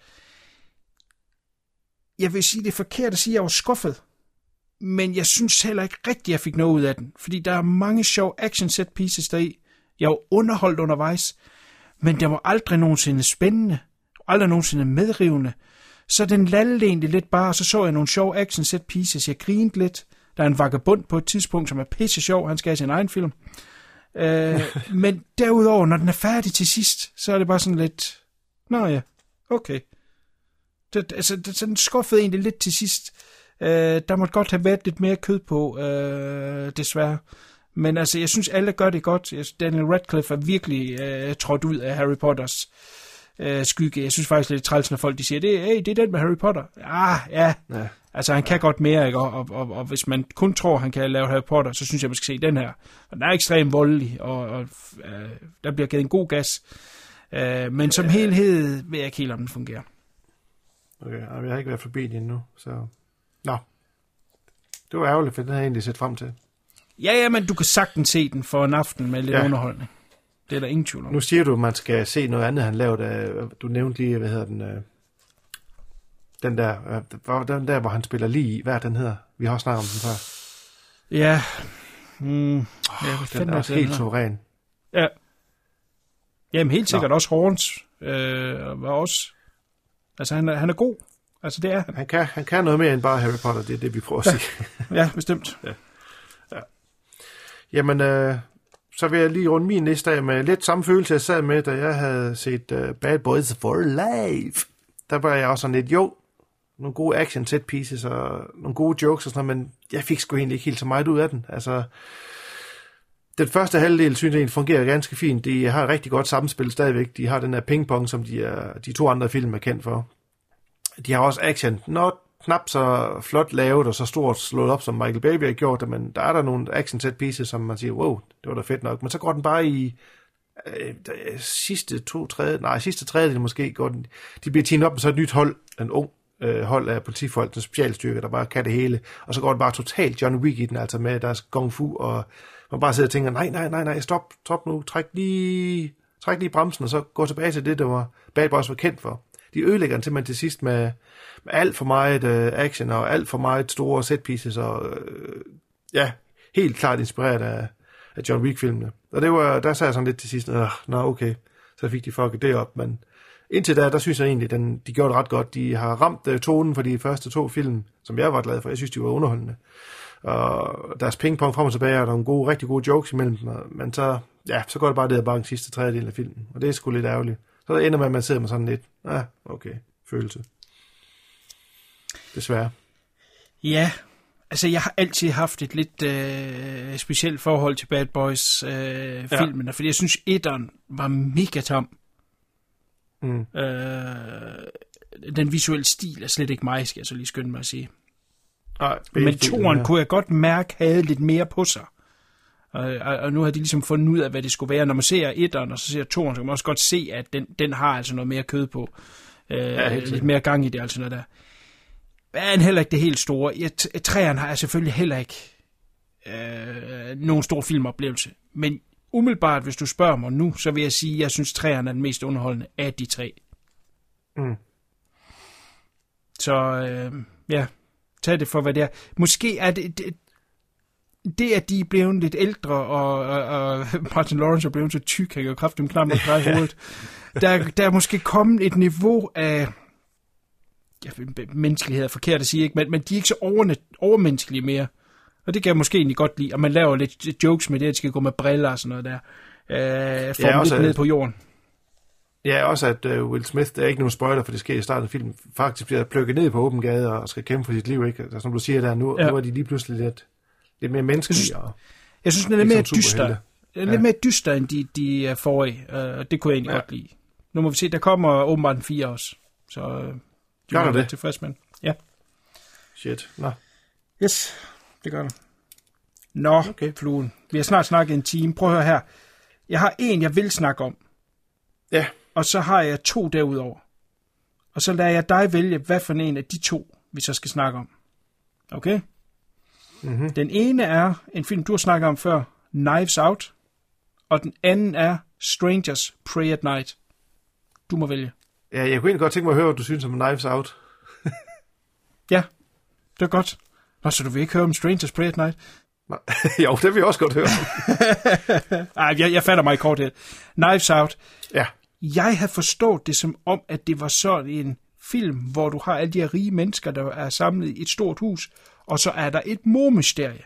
Jeg vil sige, det er forkert at sige, at jeg var skuffet. Men jeg synes heller ikke rigtigt, at jeg fik noget ud af den. Fordi der er mange sjove action set pieces deri. Jeg var underholdt undervejs. Men det var aldrig nogensinde spændende. Aldrig nogensinde medrivende. Så den lallede egentlig lidt bare, så så jeg nogle sjove action set pieces. Jeg grinede lidt. Der er en vagabond på et tidspunkt, som er pisse sjov. Han skal have sin egen film. Øh, men derudover, når den er færdig til sidst, så er det bare sådan lidt... Nå ja, okay. Det, altså, det, så den skuffede egentlig lidt til sidst. Øh, der måtte godt have været lidt mere kød på, øh, desværre. Men altså, jeg synes, alle gør det godt. Daniel Radcliffe er virkelig øh, trådt ud af Harry Potters øh, skygge. Jeg synes faktisk, det er træls, når folk de siger, det, hey, det er den med Harry Potter. Ah, ja. ja. Altså, han kan godt mere, ikke? Og, og, og, og hvis man kun tror, han kan lave Harry Potter, så synes jeg, man skal se den her. Og den er ekstremt voldelig, og, og øh, der bliver givet en god gas. Øh, men som helhed ved jeg ikke helt, om den fungerer. Okay, jeg har ikke været forbi den endnu, så... Nå. Det var ærgerligt, for den har jeg egentlig set frem til. Ja, ja, men du kan sagtens se den for en aften med lidt ja. underholdning. Det er der ingen tvivl om. Nu siger du, at man skal se noget andet, han lavede. Du nævnte lige, hvad hedder den... Den der, den der, hvor han spiller lige i. Hvad er den hedder? Vi har også snakket om den før. Ja. Mm. Oh, ja den er også helt suveræn. Ja. Jamen helt sikkert Nå. Også Horns. Øh, var også... Altså han er, han er god. Altså det er han. Han kan, han kan noget mere end bare Harry Potter, det er det, vi prøver at ja. sige. Ja, bestemt. Ja. Ja. Jamen, øh, så vil jeg lige runde min liste af med lidt samme følelse, jeg sad med, da jeg havde set uh, Bad Boys for Life. Der var jeg også sådan lidt, jo, nogle gode action set pieces og nogle gode jokes og sådan noget, men jeg fik sgu egentlig ikke helt så meget ud af den. Altså, den første halvdel synes jeg egentlig fungerer ganske fint. De har et rigtig godt samspil stadigvæk. De har den her pingpong, som de, er, de to andre film er kendt for. De har også action, not knap så flot lavet og så stort slået op, som Michael Bay har gjort det, men der er der nogle action set pieces, som man siger, wow, det var da fedt nok. Men så går den bare i øh, sidste to, tredje, nej, sidste tredje måske, går den, de bliver teamet op med så et nyt hold, en ung øh, hold af politifolk, en specialstyrke, der bare kan det hele, og så går den bare totalt John Wick i den, altså med deres kung fu, og man bare sidder og tænker, nej, nej, nej, nej, stop, stop nu, træk lige, træk lige bremsen, og så gå tilbage til det, der var Bad Boys var kendt for. De ødelægger den simpelthen til sidst med, med alt for meget uh, action og alt for meget store set pieces og uh, ja, helt klart inspireret af, af John Wick-filmene. Og det var, der sagde jeg sådan lidt til sidst, øh, nå okay, så fik de fucket det op, men indtil da, der synes jeg egentlig, den, de gjorde det ret godt. De har ramt uh, tonen for de første to film, som jeg var glad for. Jeg synes, de var underholdende. Og deres pingpong frem og tilbage, og der er nogle gode, rigtig gode jokes imellem dem, men så, ja, så går det bare det bare den sidste tredjedel af filmen, og det er sgu lidt ærgerligt. Så der ender med, at man sidder med sådan lidt, ah, okay, følelse. Desværre. Ja, altså jeg har altid haft et lidt øh, specielt forhold til Bad Boys øh, filmene, ja. Fordi jeg synes, etteren var mega tom. Mm. Øh, den visuelle stil er slet ikke mig, skal jeg så lige skynde mig at sige. Ej, men toeren ja. Kunne jeg godt mærke, havde lidt mere på sig. Og, og nu har de ligesom fundet ud af, hvad det skulle være. Når man ser etteren, og så ser toeren, så kan man også godt se, at den, den har altså noget mere kød på. Øh, ja, lidt mere gang i det, altså noget der. Men heller ikke det helt store. Jeg, træerne har jeg selvfølgelig heller ikke øh, nogen stor filmoplevelse. Men umiddelbart, hvis du spørger mig nu, så vil jeg sige, at jeg synes, træerne er den mest underholdende af de tre. Mm. Så øh, ja, tag det for, hvad det er. Måske er det... det Det, at de er blevet lidt ældre, og, og, og Martin Lawrence er blevet så tyk, han kan jo kraftigt knap og dreje hovedet. Der, der er måske kommet et niveau af ja, menneskelighed er forkert at sige, ikke? Men, men de er ikke så over, overmenneskelige mere. Og det kan jeg måske egentlig godt lide. Og man laver lidt jokes med det, at de skal gå med briller og sådan noget der. Øh, for ja, lidt ned på jorden. Ja, også at uh, Will Smith, der er ikke nogen spoiler, for det sker i starten af filmen, faktisk bliver plukket ned på åben gade og skal kæmpe for sit liv, ikke? Altså, som du siger der, nu, ja. Nu er de lige pludselig lidt... Det er mere menneskelige. Jeg synes, jeg synes den er lidt mere dyster. Den er ja. Lidt mere dyster, end de, de er forrige. Og det kunne jeg egentlig ja. Godt lide. Nu må vi se, der kommer åbenbart en fire også. Så de gør må det? Tilfreds med. Ja. Shit, nå. Yes, det gør det. Nå, okay. Fluen. Vi har snart snakket en time. Prøv at høre her. Jeg har en, jeg vil snakke om. Ja. Og så har jeg to derudover. Og så lader jeg dig vælge, hvad for en af de to, vi så skal snakke om. Okay? Mm-hmm. Den ene er en film, du har snakket om før, Knives Out, og den anden er Strangers Pray at Night. Du må vælge. Ja, jeg kunne egentlig godt tænke mig at høre, hvad du synes om Knives Out. Ja, det er godt. Nå, så du vil ikke høre om Strangers Pray at Night? Jo, det vil jeg også godt høre. Ej, jeg, jeg fatter mig i korthed. Knives Out. Ja. Jeg har forstået det som om, at det var sådan en film, hvor du har alle de her rige mennesker, der er samlet i et stort hus, og så er der et mordmysterie.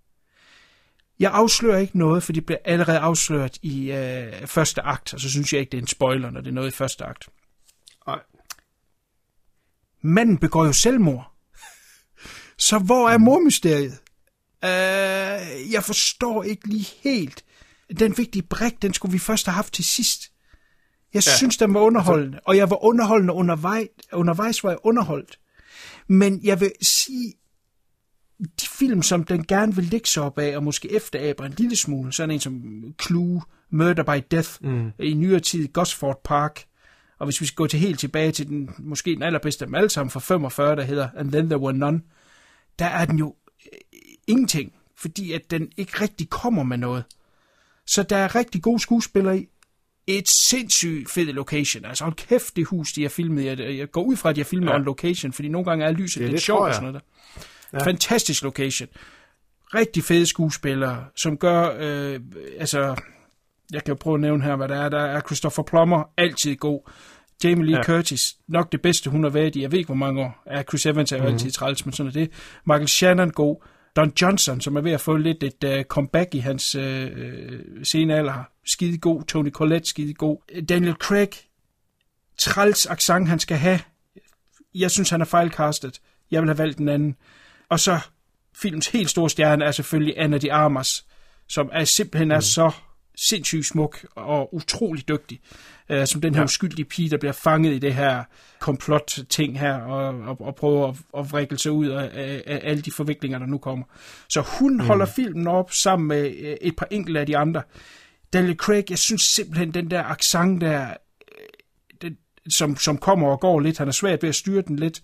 Jeg afslører ikke noget, for det bliver allerede afsløret i øh, første akt, og så synes jeg ikke, det er en spoiler, når det er noget i første akt. Nej. Manden begår jo selvmord. Så hvor er mordmysteriet? Øh, jeg forstår ikke lige helt. Den vigtige brik, den skulle vi først have haft til sidst. Jeg ja. synes, den var underholdende, og jeg var underholdende undervejs, undervejs var jeg underholdt. Men jeg vil sige, de film, som den gerne vil ligge sig op af, og måske efteraber en lille smule, sådan en som Clue, Murder by Death, mm. i nyere tid, Gosford Park, og hvis vi skal gå til helt tilbage til den, måske den allerbedste af dem alle sammen fra femogfyrre, der hedder And Then There Were None, der er den jo ingenting, fordi at den ikke rigtig kommer med noget. Så der er rigtig gode skuespillere i. Et sindssygt fed location. Altså, hold kæft, det hus, de har filmet. Jeg, jeg går ud fra, at de har filmet ja. on location, fordi nogle gange er lyset lidt sjovt og sådan noget der. Ja. Fantastisk location. Rigtig fede skuespillere, som gør, øh, altså, jeg kan jo prøve at nævne her, hvad der er. Der er Christopher Plummer, altid god. Jamie Lee ja. Curtis, nok det bedste, hun har været i, jeg ved ikke, hvor mange år. Ja, Chris Evans er jo mm-hmm. altid træls, men sådan er det. Michael Shannon, god. Don Johnson, som er ved at få lidt et uh, comeback i hans uh, senalder, skide god. Toni Collette, skide god. Daniel Craig, træls accent, han skal have. Jeg synes, han er fejlcastet. Jeg vil have valgt den anden. Og så films helt store stjerne er selvfølgelig Ana de Armas, som er simpelthen er mm. så sindssygt smuk og utrolig dygtig, uh, som den her ja. uskyldige pige, der bliver fanget i det her komplot-ting her, og, og, og prøver at, at vrikke sig ud af, af, af alle de forviklinger, der nu kommer. Så hun mm. holder filmen op sammen med et par enkelte af de andre. Daniel Craig, jeg synes simpelthen, den der accent der, den, som, som kommer og går lidt, han er svært ved at styre den lidt,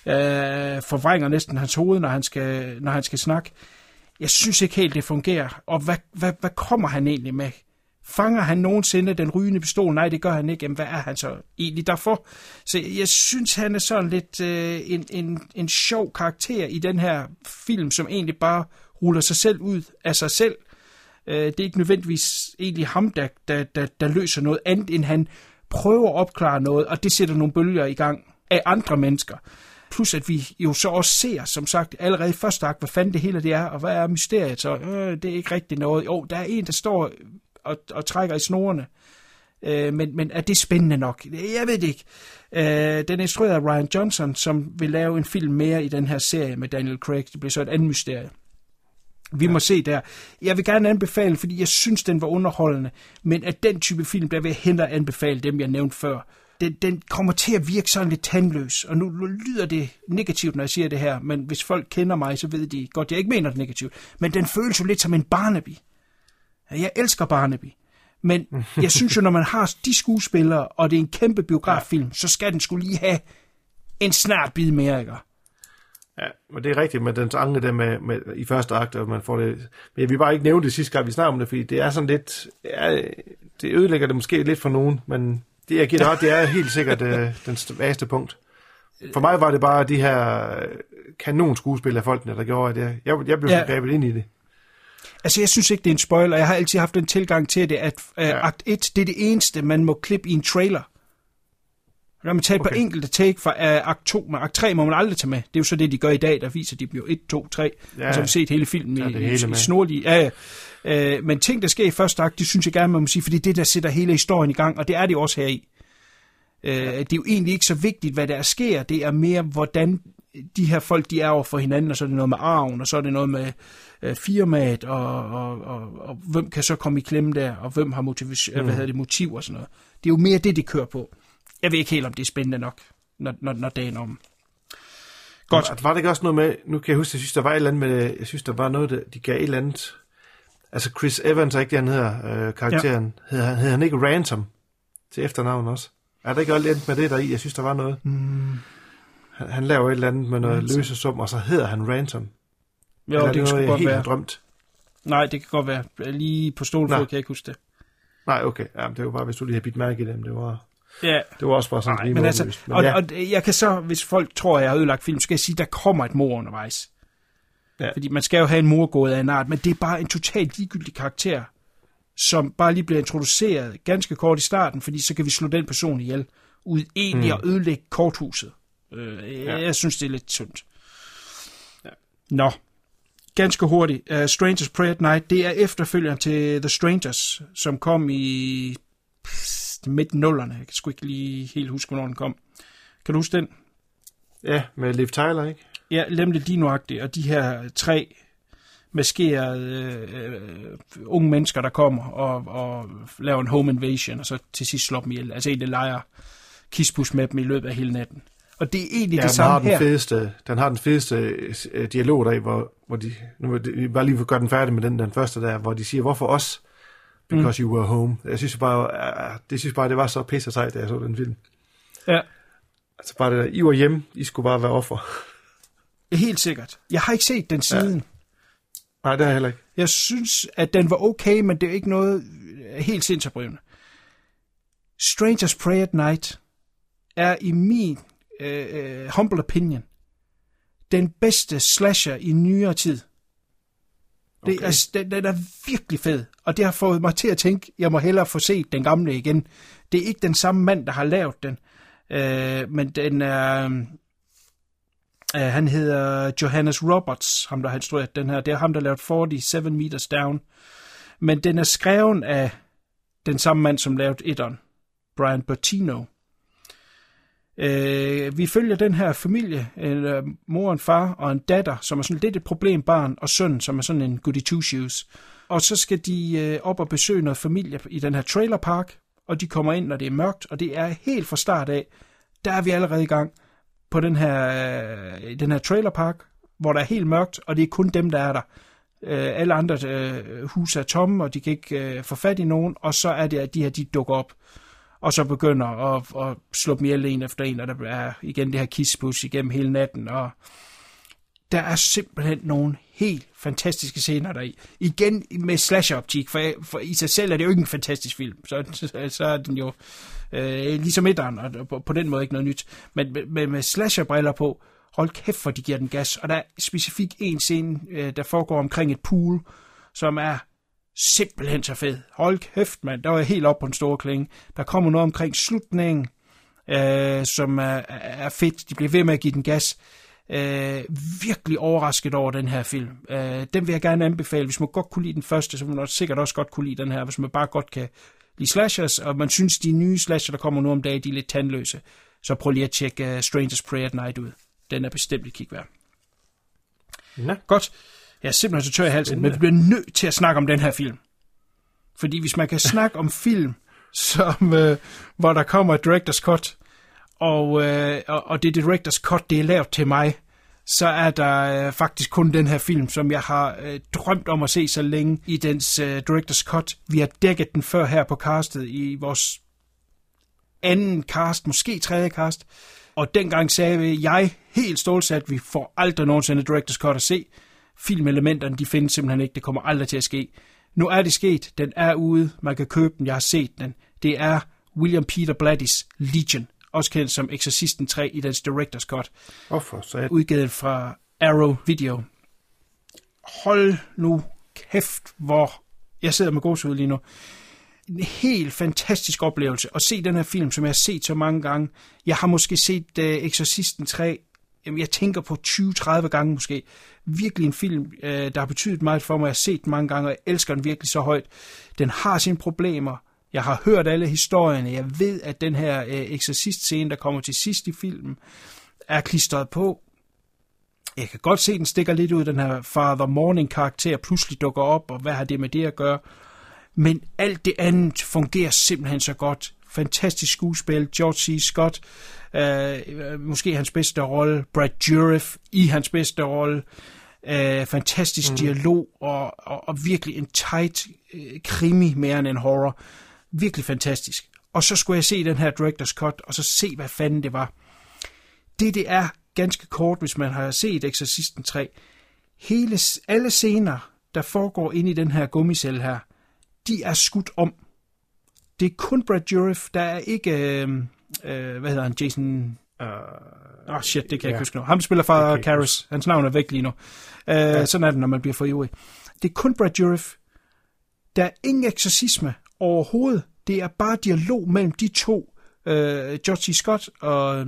uh, forvrænger næsten hans hoved, når han skal, når han skal snakke. Jeg synes ikke helt, det fungerer. Og hvad, hvad, hvad kommer han egentlig med? Fanger han nogensinde den rygende pistol? Nej, det gør han ikke. Jamen, hvad er han så egentlig derfor? Så jeg synes, han er sådan lidt øh, en, en, en sjov karakter i den her film, som egentlig bare ruller sig selv ud af sig selv. Øh, det er ikke nødvendigvis egentlig ham, der, der, der, der løser noget andet, end han prøver at opklare noget, og det sætter nogle bølger i gang af andre mennesker. Plus at vi jo så også ser, som sagt, allerede i første akt, hvad fanden det hele det er, og hvad er mysteriet, så øh, det er ikke rigtig noget. Jo, der er en, der står og, og trækker i snorene, øh, men, men er det spændende nok? Jeg ved det ikke. Øh, den er instrueret af Ryan Johnson, som vil lave en film mere i den her serie med Daniel Craig. Det bliver så et andet mysterie. Vi ja. må se der. Jeg vil gerne anbefale, fordi jeg synes, den var underholdende, men at den type film, der vil jeg hellere anbefale dem, jeg nævnte før. Den, den kommer til at virke sådan lidt tandløs, og nu lyder det negativt, når jeg siger det her, men hvis folk kender mig, så ved de godt, jeg ikke mener det negativt, men den føles jo lidt som en Barnaby. Jeg elsker Barnaby, men jeg synes jo, når man har de skuespillere, og det er en kæmpe biograffilm, ja. så skal den skulle lige have en snart bid mere, ikke? Ja, men det er rigtigt med dens angle der med, med, i første akt, og man får det. Men jeg vil bare ikke nævne det sidste gang, vi snakker om det, fordi det er sådan lidt, ja, det ødelægger det måske lidt for nogen, men det, jeg giver det ret, det er helt sikkert øh, den svageste punkt. For mig var det bare de her kanon skuespillere folkene, der gjorde det. Jeg, jeg blev ja. grebet ind i det. Altså, jeg synes ikke, det er en spoiler. Jeg har altid haft en tilgang til det, at øh, ja. akt et, det er det eneste, man må klippe i en trailer. Når man tager okay. på enkelte take fra uh, akt to, men akt tre må man aldrig tage med. Det er jo så det, de gør i dag, der viser de dem jo et, to, tre. Ja. Og så har vi set hele filmen ja, i, i, i snorlige. Ja, ja. Uh, men ting, der sker i første akt, det synes jeg gerne, man må sige, for det er det, der sætter hele historien i gang, og det er det også her i. Uh, ja. Det er jo egentlig ikke så vigtigt, hvad der sker. Det er mere, hvordan de her folk, de er over for hinanden, og så er det noget med arven, og så er det noget med uh, firmaet, og, og, og, og hvem kan så komme i klemme der, og hvem har motivation, mm. hvad hedder det, motiv og sådan noget. Det er jo mere det, de kører på. Jeg ved ikke helt, om det er spændende nok, når, når, når dagen er om. Godt. Var det ikke også noget med, nu kan jeg huske, jeg synes, der var et eller andet med, jeg synes, der var noget, der, de gav et eller andet, altså Chris Evans er ikke det, han hedder, øh, karakteren, ja. hedder, hedder han ikke Ransom til efternavn også? Er der ikke alt andet med det der i? Jeg synes, der var noget. Mm. Han, han laver et eller andet med noget løse sum, og så hedder han Ransom. Jo, det, det kan sgu godt være. Drømt? Nej, det kan godt være. Lige på stolen kan jeg ikke huske det. Nej, okay. Jamen, det var bare, hvis du lige havde bidt mærke i dem. Det var, ja. det var også bare sådan Nej, lige men altså, men og, ja. og jeg kan så, hvis folk tror, at jeg har ødelagt film, skal jeg sige, at der kommer et mord undervejs. Ja. Fordi man skal jo have en morgåde af en art, men det er bare en totalt ligegyldig karakter, som bare lige bliver introduceret ganske kort i starten, fordi så kan vi slå den person ihjel, ud egentlig mm. at ødelægge korthuset. Øh, ja. Jeg synes, det er lidt tyndt. Ja. Nå. Ganske hurtigt. Uh, Strangers Pray at Night, det er efterfølgeren til The Strangers, som kom i midt-nullerne. Jeg kan sgu ikke lige helt huske, hvornår den kom. Kan du huske den? Ja, med Liv Tyler, ikke? Ja, nemlig dinoagtigt, og de her tre maskerede øh, unge mennesker, der kommer og, og laver en home invasion, og så til sidst slår dem ihjel. Altså en, der leger kispus med dem i løbet af hele natten. Og det er egentlig ja, det samme har den her. Fedeste, den har den fedeste uh, dialog der, hvor, hvor de, nu vil de bare lige gøre den færdig med den, den første der, hvor de siger, hvorfor os? Because mm. you were home. Jeg synes bare, uh, det synes bare, det var så pisse sejt, da jeg så den film. Ja. Altså bare det der, I var hjemme, I skulle bare være offer. Helt sikkert. Jeg har ikke set den siden. Ja. Nej, det har jeg heller ikke. Jeg synes, at den var okay, men det er ikke noget helt sindsoprivende. Strangers Pray at Night er i min uh, humble opinion den bedste slasher i nyere tid. Det, okay. altså, den, den er virkelig fed, og det har fået mig til at tænke, jeg må hellere få set den gamle igen. Det er ikke den samme mand, der har lavet den, uh, men den er... Uh, han hedder Johannes Roberts, ham der har instrueret den her. Det er ham, der har lavet forty-seven meters down. Men den er skrevet af den samme mand, som lavede etteren, Brian Bertino. Uh, vi følger den her familie, en uh, mor, en far og en datter, som er sådan lidt et problembarn, og søn, som er sådan en goody two-shoes. Og så skal de uh, op og besøge noget familie i den her trailerpark, og de kommer ind, når det er mørkt, og det er helt fra start af, der er vi allerede i gang på den her, den her trailerpark, hvor der er helt mørkt, og det er kun dem, der er der. Øh, alle andre øh, huse er tomme, og de kan ikke øh, få fat i nogen, og så er det, at de her, de dukker op, og så begynder at, at slå dem ihjel en efter en, og der er igen det her kispus igennem hele natten, og der er simpelthen nogle helt fantastiske scener deri. Igen med slasher-optik, for, for i sig selv er det jo ikke en fantastisk film, så, så, så er den jo øh, ligesom etteren, og på, på den måde ikke noget nyt. Men med, med slasher-briller på, hold kæft, for de giver den gas. Og der er specifikt en scene, øh, der foregår omkring et pool, som er simpelthen så fed. Hold kæft, mand, der var jeg helt op på en stor klinge. Der kommer noget omkring slutningen, øh, som er, er fedt. De bliver ved med at give den gas. Øh, virkelig overrasket over den her film. Øh, den vil jeg gerne anbefale. Hvis man godt kunne lide den første, så vil man sikkert også godt kunne lide den her. Hvis man bare godt kan lide slashers, og man synes, de nye slasher, der kommer nu om dagen, de er lidt tandløse, så prøv lige at tjekke uh, Strangers Pray at Night ud. Den er bestemt et kig værd. Ja. Godt. Jeg er simpelthen så tør i halsen, men vi bliver nødt til at snakke om den her film. Fordi hvis man kan snakke om film, som, øh, hvor der kommer et director's cut, og, øh, og det director's cut, det er lavet til mig, så er der øh, faktisk kun den her film, som jeg har øh, drømt om at se så længe i dens øh, director's cut. Vi har dækket den før her på castet i vores anden cast, måske tredje cast, og dengang sagde jeg helt stoltsat, at vi får aldrig nogensinde director's cut at se. Filmelementerne, de findes simpelthen ikke, det kommer aldrig til at ske. Nu er det sket, den er ude, man kan købe den, jeg har set den. Det er William Peter Blatty's Legion, også kendt som Exorcisten tre i dens director's cut. Oh, for sat. Udgivet fra Arrow Video. Hold nu kæft, hvor jeg sidder med gåsehud lige nu. En helt fantastisk oplevelse at se den her film, som jeg har set så mange gange. Jeg har måske set uh, Exorcisten tre, jamen, jeg tænker på tyve til tredive gange måske. Virkelig en film, uh, der har betydet meget for mig. Jeg har set den mange gange, og jeg elsker den virkelig så højt. Den har sine problemer. Jeg har hørt alle historierne. Jeg ved, at den her uh, Exorcist-scene, der kommer til sidst i filmen, er klistret på. Jeg kan godt se, at den stikker lidt ud, den her Father Morning-karakter pludselig dukker op, og hvad har det med det at gøre? Men alt det andet fungerer simpelthen så godt. Fantastisk skuespil, George C. Scott, øh, måske hans bedste rolle, Brad Dourif i hans bedste rolle, øh, fantastisk mm. dialog, og, og, og virkelig en tight øh, krimi mere end en horror. Virkelig fantastisk. Og så skulle jeg se den her director's cut, og så se, hvad fanden det var. Det, det er ganske kort, hvis man har set Exorcisten tre, hele, alle scener, der foregår inde i den her gummicelle her, de er skudt om. Det er kun Brad Dourif, der er ikke, øh, øh, hvad hedder han, Jason... Åh, uh, oh shit, det kan jeg ikke ja. huske nu. Ham spiller fra okay. Karras. Hans navn er væk lige nu. Uh, ja. Sådan er det, når man bliver for ivrig. Det er kun Brad Dourif. Der er ingen eksorcisme overhovedet. Det er bare dialog mellem de to, uh, George C. Scott og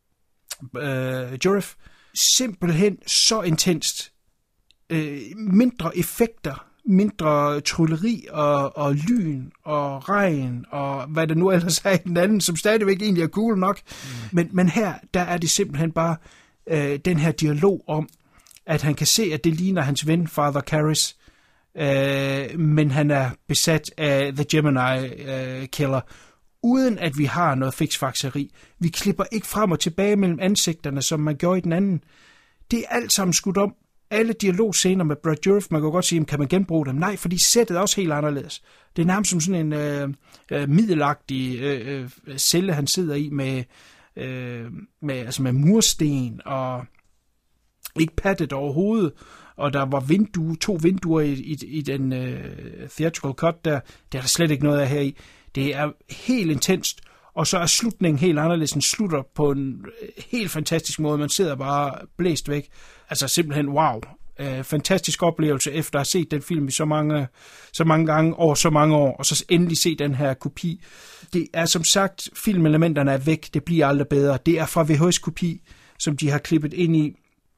uh, Dourif. Simpelthen så intenst. Uh, mindre effekter, mindre trylleri og, og lyn og regn og hvad det nu ellers er i den anden, som stadigvæk egentlig er cool nok. Mm. Men, men her, der er det simpelthen bare øh, den her dialog om, at han kan se, at det ligner hans ven, Father Karras, øh, men han er besat af The Gemini øh, Killer, uden at vi har noget fiksfakseri. Vi klipper ikke frem og tilbage mellem ansigterne, som man gjorde i den anden. Det er alt sammen skudt om. Alle dialogscener med Brad Dourif, man kan godt sige, kan man genbruge dem? Nej, fordi sættet er også helt anderledes. Det er nærmest som sådan en øh, øh, middelagtig øh, øh, celle, han sidder i med, øh, med, altså med mursten og ikke pattet overhovedet. Og der var vindue, to vinduer i, i, i den øh, theatrical cut der. Det er der slet ikke noget af her i. Det er helt intenst. Og så er slutningen helt anderledes. Den slutter på en helt fantastisk måde. Man sidder bare blæst væk. Altså simpelthen wow. Uh, fantastisk oplevelse efter at have set den film i så mange, så mange gange over så mange år. Og så endelig se den her kopi. Det er som sagt, filmelementerne er væk. Det bliver aldrig bedre. Det er fra V H S-kopi, som de har klippet ind i.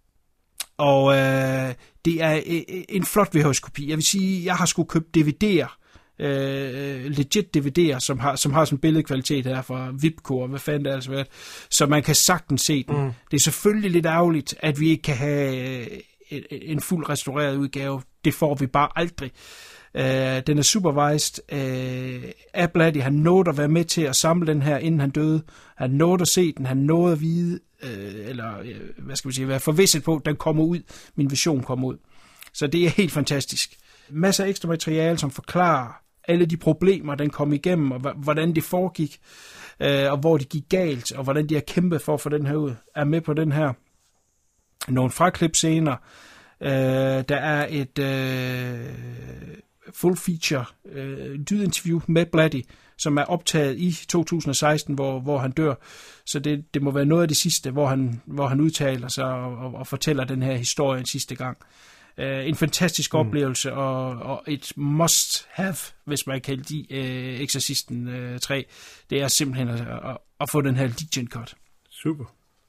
Og uh, det er en flot V H S-kopi. Jeg vil sige, jeg har sgu købt D V D'er. Uh, legit D V D'er, som har, som har sådan en billedkvalitet her fra Vipco, hvad fanden det er altså været, så man kan sagtens se den. Mm. Det er selvfølgelig lidt ærgerligt, at vi ikke kan have en, en fuld restaureret udgave. Det får vi bare aldrig. Uh, den er supervised uh, af Blatty. Han nåede at være med til at samle den her, inden han døde. Han nåede at se den, han nåede at vide, uh, eller uh, hvad skal vi sige, være forvisset på, at den kommer ud, min vision kommer ud. Så det er helt fantastisk. Masser af ekstra materiale, som forklarer alle de problemer, den kom igennem, og hvordan det foregik, øh, og hvor det gik galt, og hvordan de har kæmpet for at få den her ud, er med på den her. Nogle fraklipscener. Øh, der er et øh, full feature øh, lydinterview med Blatty, som er optaget i to tusind og seksten, hvor, hvor han dør. Så det, det må være noget af det sidste, hvor han, hvor han udtaler sig og, og, og fortæller den her historie en sidste gang. Uh, en fantastisk mm. oplevelse, og, og et must-have, hvis man kan lide uh, Exorcisten uh, tre. Det er simpelthen at, at, at få den her Legion Cut. Super.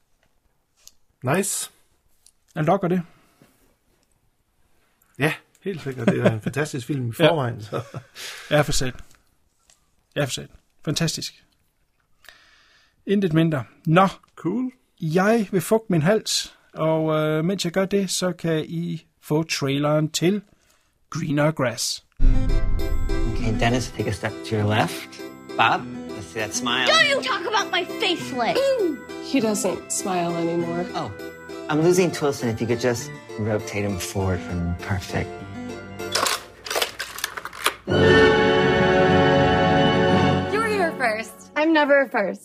Nice. Jeg lukker det. Ja, helt sikkert. Det er en fantastisk film i forvejen. Ja. Så. Ja, for sat. Ja, for sat. Fantastisk. Intet mindre. Nå. Cool. Jeg vil fugte min hals, og uh, mens jeg gør det, så kan I få traileren til Greener Grass. Okay, Dennis, take a step to your left. Bob, let's see that smile. Don't you talk about my face leg. He doesn't smile anymore. Oh, I'm losing Twilson. If you could just rotate him forward from perfect. You were here first. I'm never first.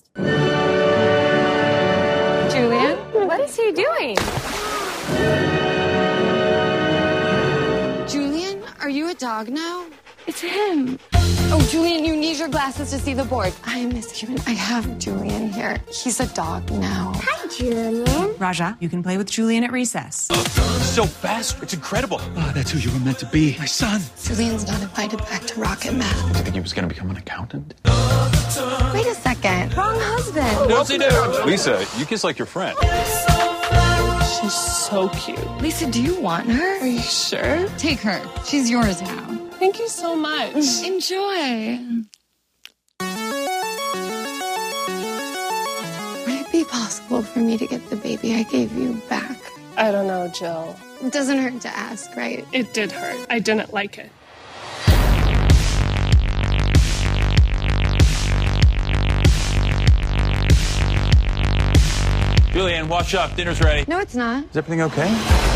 Julian, what is he doing? Julian, are you a dog now? It's him. Oh, Julian, you need your glasses to see the board. I miss Julian. I have Julian here. He's a dog now. Hi, Julian. Raja, you can play with Julian at recess. So fast. It's incredible. Oh, that's who you were meant to be. My son. Julian's not invited back to Rocket Math. I think he was going to become an accountant. Wait a second. Wrong husband. What's he do? Lisa, you kiss like your friend. She's so cute. Lisa, do you want her? Are you sure? Take her. She's yours now. Thank you so much. Enjoy. Would it be possible for me to get the baby I gave you back? I don't know, Jill. It doesn't hurt to ask, right? It did hurt. I didn't like it. Julianne, wash up. Dinner's ready. No, it's not. Is everything okay?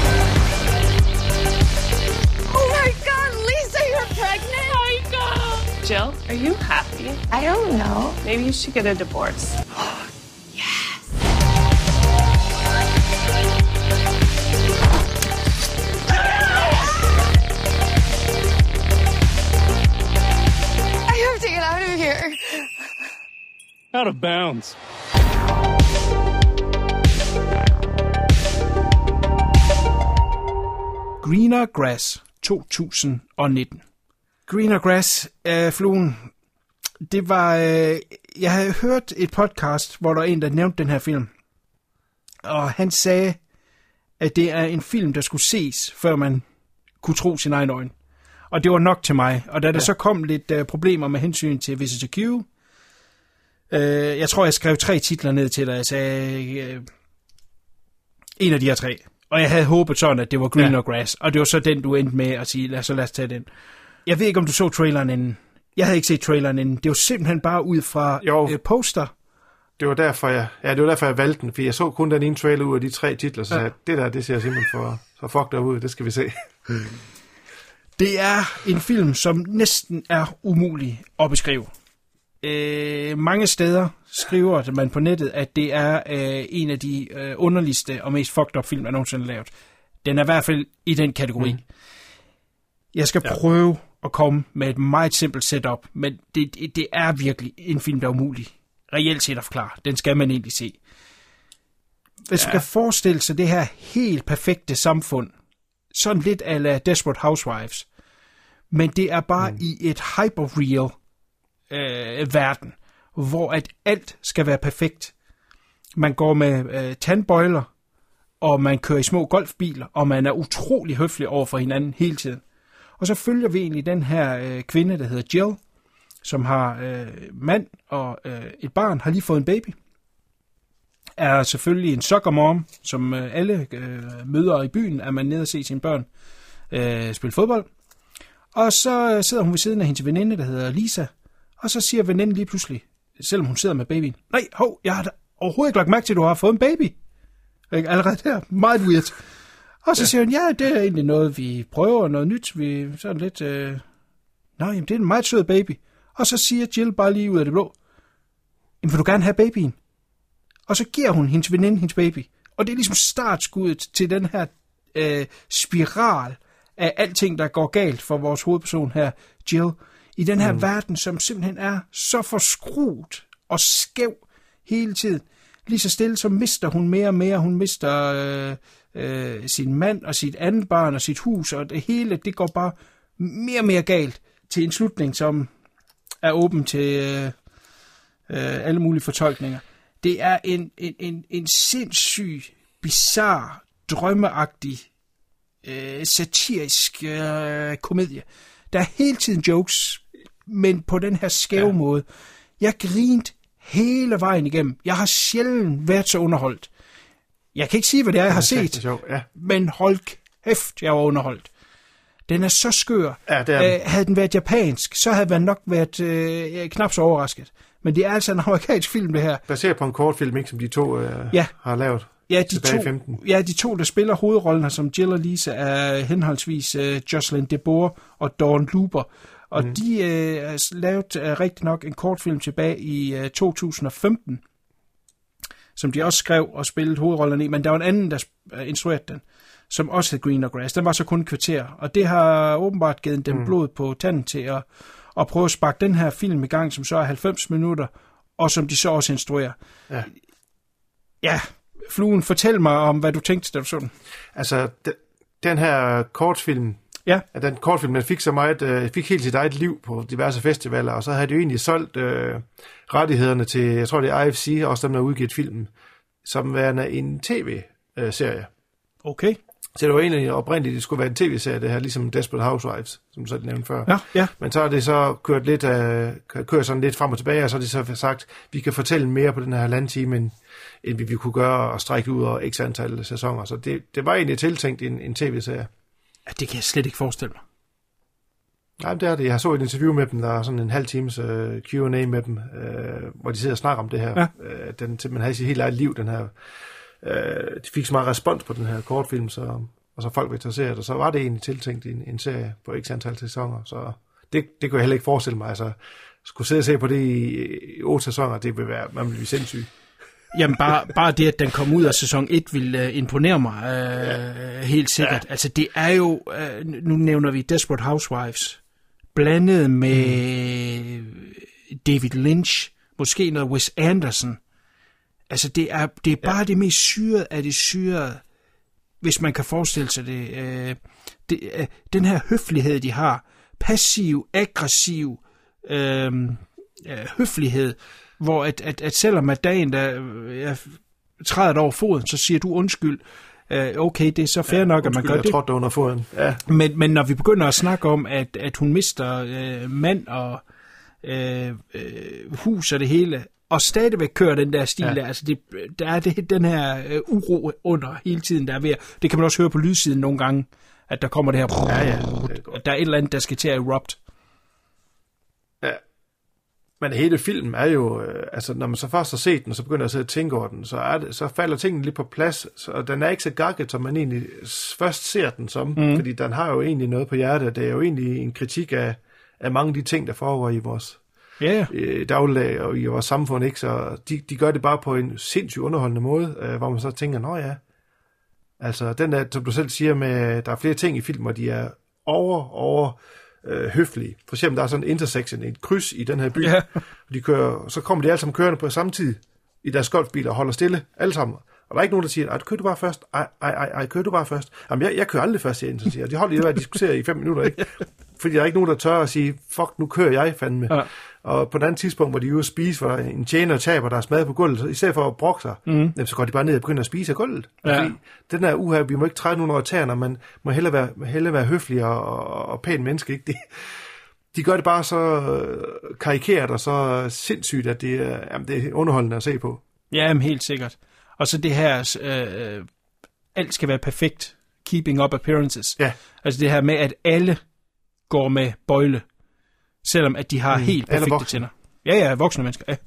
Oh my God, Lisa, you're pregnant? Oh my God. Jill, are you happy? I don't know. Maybe you should get a divorce. Yes. out of bounds. Greener Grass to tusind nitten. Greener Grass, øh, Fluen, det var... Øh, jeg havde hørt et podcast, hvor der var en, der nævnte den her film. Og han sagde, at det er en film, der skulle ses, før man kunne tro sin egen øjne. Og det var nok til mig. Og da der ja. så kom lidt uh, problemer med hensyn til Visitor Q, uh, jeg tror, jeg skrev tre titler ned til dig. Jeg sagde uh, en af de her tre. Og jeg havde håbet sådan, at det var Greener ja. Grass. Og det var så den, du endte med at sige, lad, så lad os tage den. Jeg ved ikke, om du så traileren inden. Jeg havde ikke set traileren inden. Det var simpelthen bare ud fra uh, poster. Det var derfor, jeg, ja, det var derfor, jeg valgte den, for jeg så kun den ene trailer ud af de tre titler, så ja. sagde, det der, det ser simpelthen for, for fucked ud, det skal vi se. Det er en film, som næsten er umulig at beskrive. Øh, mange steder skriver man på nettet, at det er øh, en af de øh, underligste og mest fucked up film, jeg nogensinde har lavet. Den er i hvert fald i den kategori. Mm. Jeg skal ja. prøve at komme med et meget simpelt setup, men det, det, det er virkelig en film, der er umulig. Reelt set at forklare. Den skal man egentlig se. Hvis ja. man kan forestille sig det her helt perfekte samfund, sådan lidt a la Desperate Housewives, men det er bare mm. i et hyper-real øh, verden, hvor at alt skal være perfekt. Man går med øh, tandbøjler, og man kører i små golfbiler, og man er utrolig høflig over for hinanden hele tiden. Og så følger vi egentlig den her øh, kvinde, der hedder Jill, som har øh, mand og øh, et barn, har lige fået en baby. Er selvfølgelig en soccer mom, som øh, alle øh, møder i byen, er man nede og se sine børn øh, spille fodbold. Og så sidder hun ved siden af hendes veninde, der hedder Lisa, og så siger veninden lige pludselig, selvom hun sidder med babyen, nej, hov, jeg har da overhovedet ikke lagt mærke til, at du har fået en baby. Allerede der, meget weird. Og så ja. siger hun, ja, det er egentlig noget, vi prøver, noget nyt, vi sådan lidt, øh... nej, jamen, det er en meget sød baby. Og så siger Jill bare lige ud af det blå, jamen, vil du gerne have babyen? Og så giver hun hendes veninde hendes baby. Og det er ligesom startskuddet til den her øh, spiral af alting, der går galt for vores hovedperson her, Jill. I den her mm. verden, som simpelthen er så forskruet og skæv hele tiden. Lige så stille, så mister hun mere og mere. Hun mister øh, øh, sin mand og sit andet barn og sit hus, og det hele, det går bare mere og mere galt til en slutning, som er åben til øh, øh, alle mulige fortolkninger. Det er en, en, en, en sindssyg, bizarre, drømmeagtig, øh, satirisk øh, komedie. Der er hele tiden jokes, men på den her skæve ja. måde. Jeg grinte hele vejen igennem. Jeg har sjældent været så underholdt. Jeg kan ikke sige, hvad det er, jeg har set, ja. men hold kæft, jeg var underholdt. Den er så skør. Ja, det er den. Havde den været japansk, så havde man nok været øh, knap så overrasket. Men det er altså en amerikansk film, det her. Baseret på en kortfilm, ikke, som de to øh, ja. har lavet ja, de tilbage to, i femten. Ja, de to, der spiller hovedrollen her, som Jill og Lisa, er henholdsvis øh, Jocelyn DeBoer og Dawn Looper. Og mm. de øh, lavede øh, rigtig nok en kortfilm tilbage i øh, to tusind og femten, som de også skrev og spillede hovedrollerne i. Men der var en anden, der øh, instruerede den, som også hed Greener Grass. Den var så kun et kvarter. Og det har åbenbart givet dem mm. blod på tanden til at, at prøve at sparke den her film i gang, som så er halvfems minutter, og som de så også instruerer. Ja. Ja, Fluen, fortæl mig om, hvad du tænkte, da du så den. Altså, de, den her kortfilm, ja. at den kortfilm, den fik så meget, øh, fik helt sit eget liv på diverse festivaler, og så havde de jo egentlig solgt øh, rettighederne til, jeg tror det er I F C, også dem, der har udgivet filmen, som værende en tv-serie. Okay. Så det var egentlig oprindeligt, det skulle være en tv-serie, det her, ligesom Desperate Housewives, som så nævnte før. Ja, ja. Men så er det så kørt lidt, uh, kørt sådan lidt frem og tilbage, og så er det så sagt, vi kan fortælle mere på den her halvanden time, end, end vi, vi kunne gøre og strække ud over x antal sæsoner. Så det, det var egentlig tiltænkt en, en tv-serie. Ja, det kan jeg slet ikke forestille mig. Nej, det er det. Jeg har så et interview med dem, der er sådan en halv times uh, Q and A med dem, uh, hvor de sidder og snakker om det her. Ja. Uh, den simpelthen havde sit helt eget liv, den her. Uh, de fik så meget respons på den her kortfilm, så, og så folk var interesseret, og så var det egentlig tiltænkt en, en serie på x antal sæsoner, så det, det kunne jeg heller ikke forestille mig. Altså, skulle sidde og se på det i, i otte sæsoner, det ville være, man ville blive sindssyg. Jamen, bare, bare det, at den kom ud af sæson et, vil uh, imponere mig uh, ja. helt sikkert. Ja. Altså, det er jo, uh, nu nævner vi Desperate Housewives, blandet med mm. David Lynch, måske noget Wes Anderson. Altså, det er, det er bare ja. det mest syrede af det syrede, hvis man kan forestille sig det. Øh, det øh, den her høflighed, de har, passiv, aggressiv øh, øh, høflighed, hvor at, at, at selvom at dagen, der øh, træder over foden, så siger du undskyld. Øh, okay, det er så fair ja, nok, at man gør jeg det. Jeg trådte under foden. Ja. Men, men når vi begynder at snakke om, at, at hun mister øh, mand og øh, øh, hus og det hele, og stadigvæk kører den der stil ja. der, altså det, der er det, den her øh, uro under hele tiden, der er ved. Det kan man også høre på lydsiden nogle gange, at der kommer det her, ja, ja, det at der er et eller andet, der skal til at erupt. Ja. Men hele filmen er jo, øh, altså når man så først har set den, så begynder jeg at tænke over den, så, er det, så falder tingene lidt på plads, så den er ikke så gakket, som man egentlig først ser den som, mm. fordi den har jo egentlig noget på hjertet. Det er jo egentlig en kritik af, af mange af de ting, der foregår i vores yeah. øh, dagligdag og i vores samfund, ikke? Så de, de gør det bare på en sindssygt underholdende måde, øh, hvor man så tænker, nå ja, altså den der, som du selv siger, med, der er flere ting i film, hvor de er over, over øh, høflige. For eksempel, der er sådan en intersection, et kryds i den her by, yeah. og de kører, så kommer de alle sammen kørende på samme tid i deres golfbiler og holder stille, alle sammen. Og der er ikke nogen, der siger, ej, kører du bare først, ej, ej, ej, ej kører du bare først. Jamen, jeg, jeg kører aldrig først, siger en, siger. De holder i at diskutere i fem minutter, ikke? Fordi der er ikke nogen, der tør at sige, fuck, nu kører jeg fandme. Ja. Og på et andet tidspunkt, hvor de er ude at spise, hvor en tjener taber, der er smadret på gulvet, så i stedet for at brokke sig, mm. så går de bare ned og begynder at spise af gulvet. Ja. Fordi den her uha, vi må ikke træde nogen over tæerne, man må hellere være, hellere være høflig og, og, og pæn menneske, ikke? De, de gør det bare så karikeret og så sindssygt, at det er, jamen, det er underholdende at se på. Ja, jamen, helt sikkert. Og så det her, øh, alt skal være perfekt, keeping up appearances. Ja. Altså det her med, at alle går med bøjle, selvom at de har mm. helt perfekte tænder. Ja, ja, voksne mennesker, ja.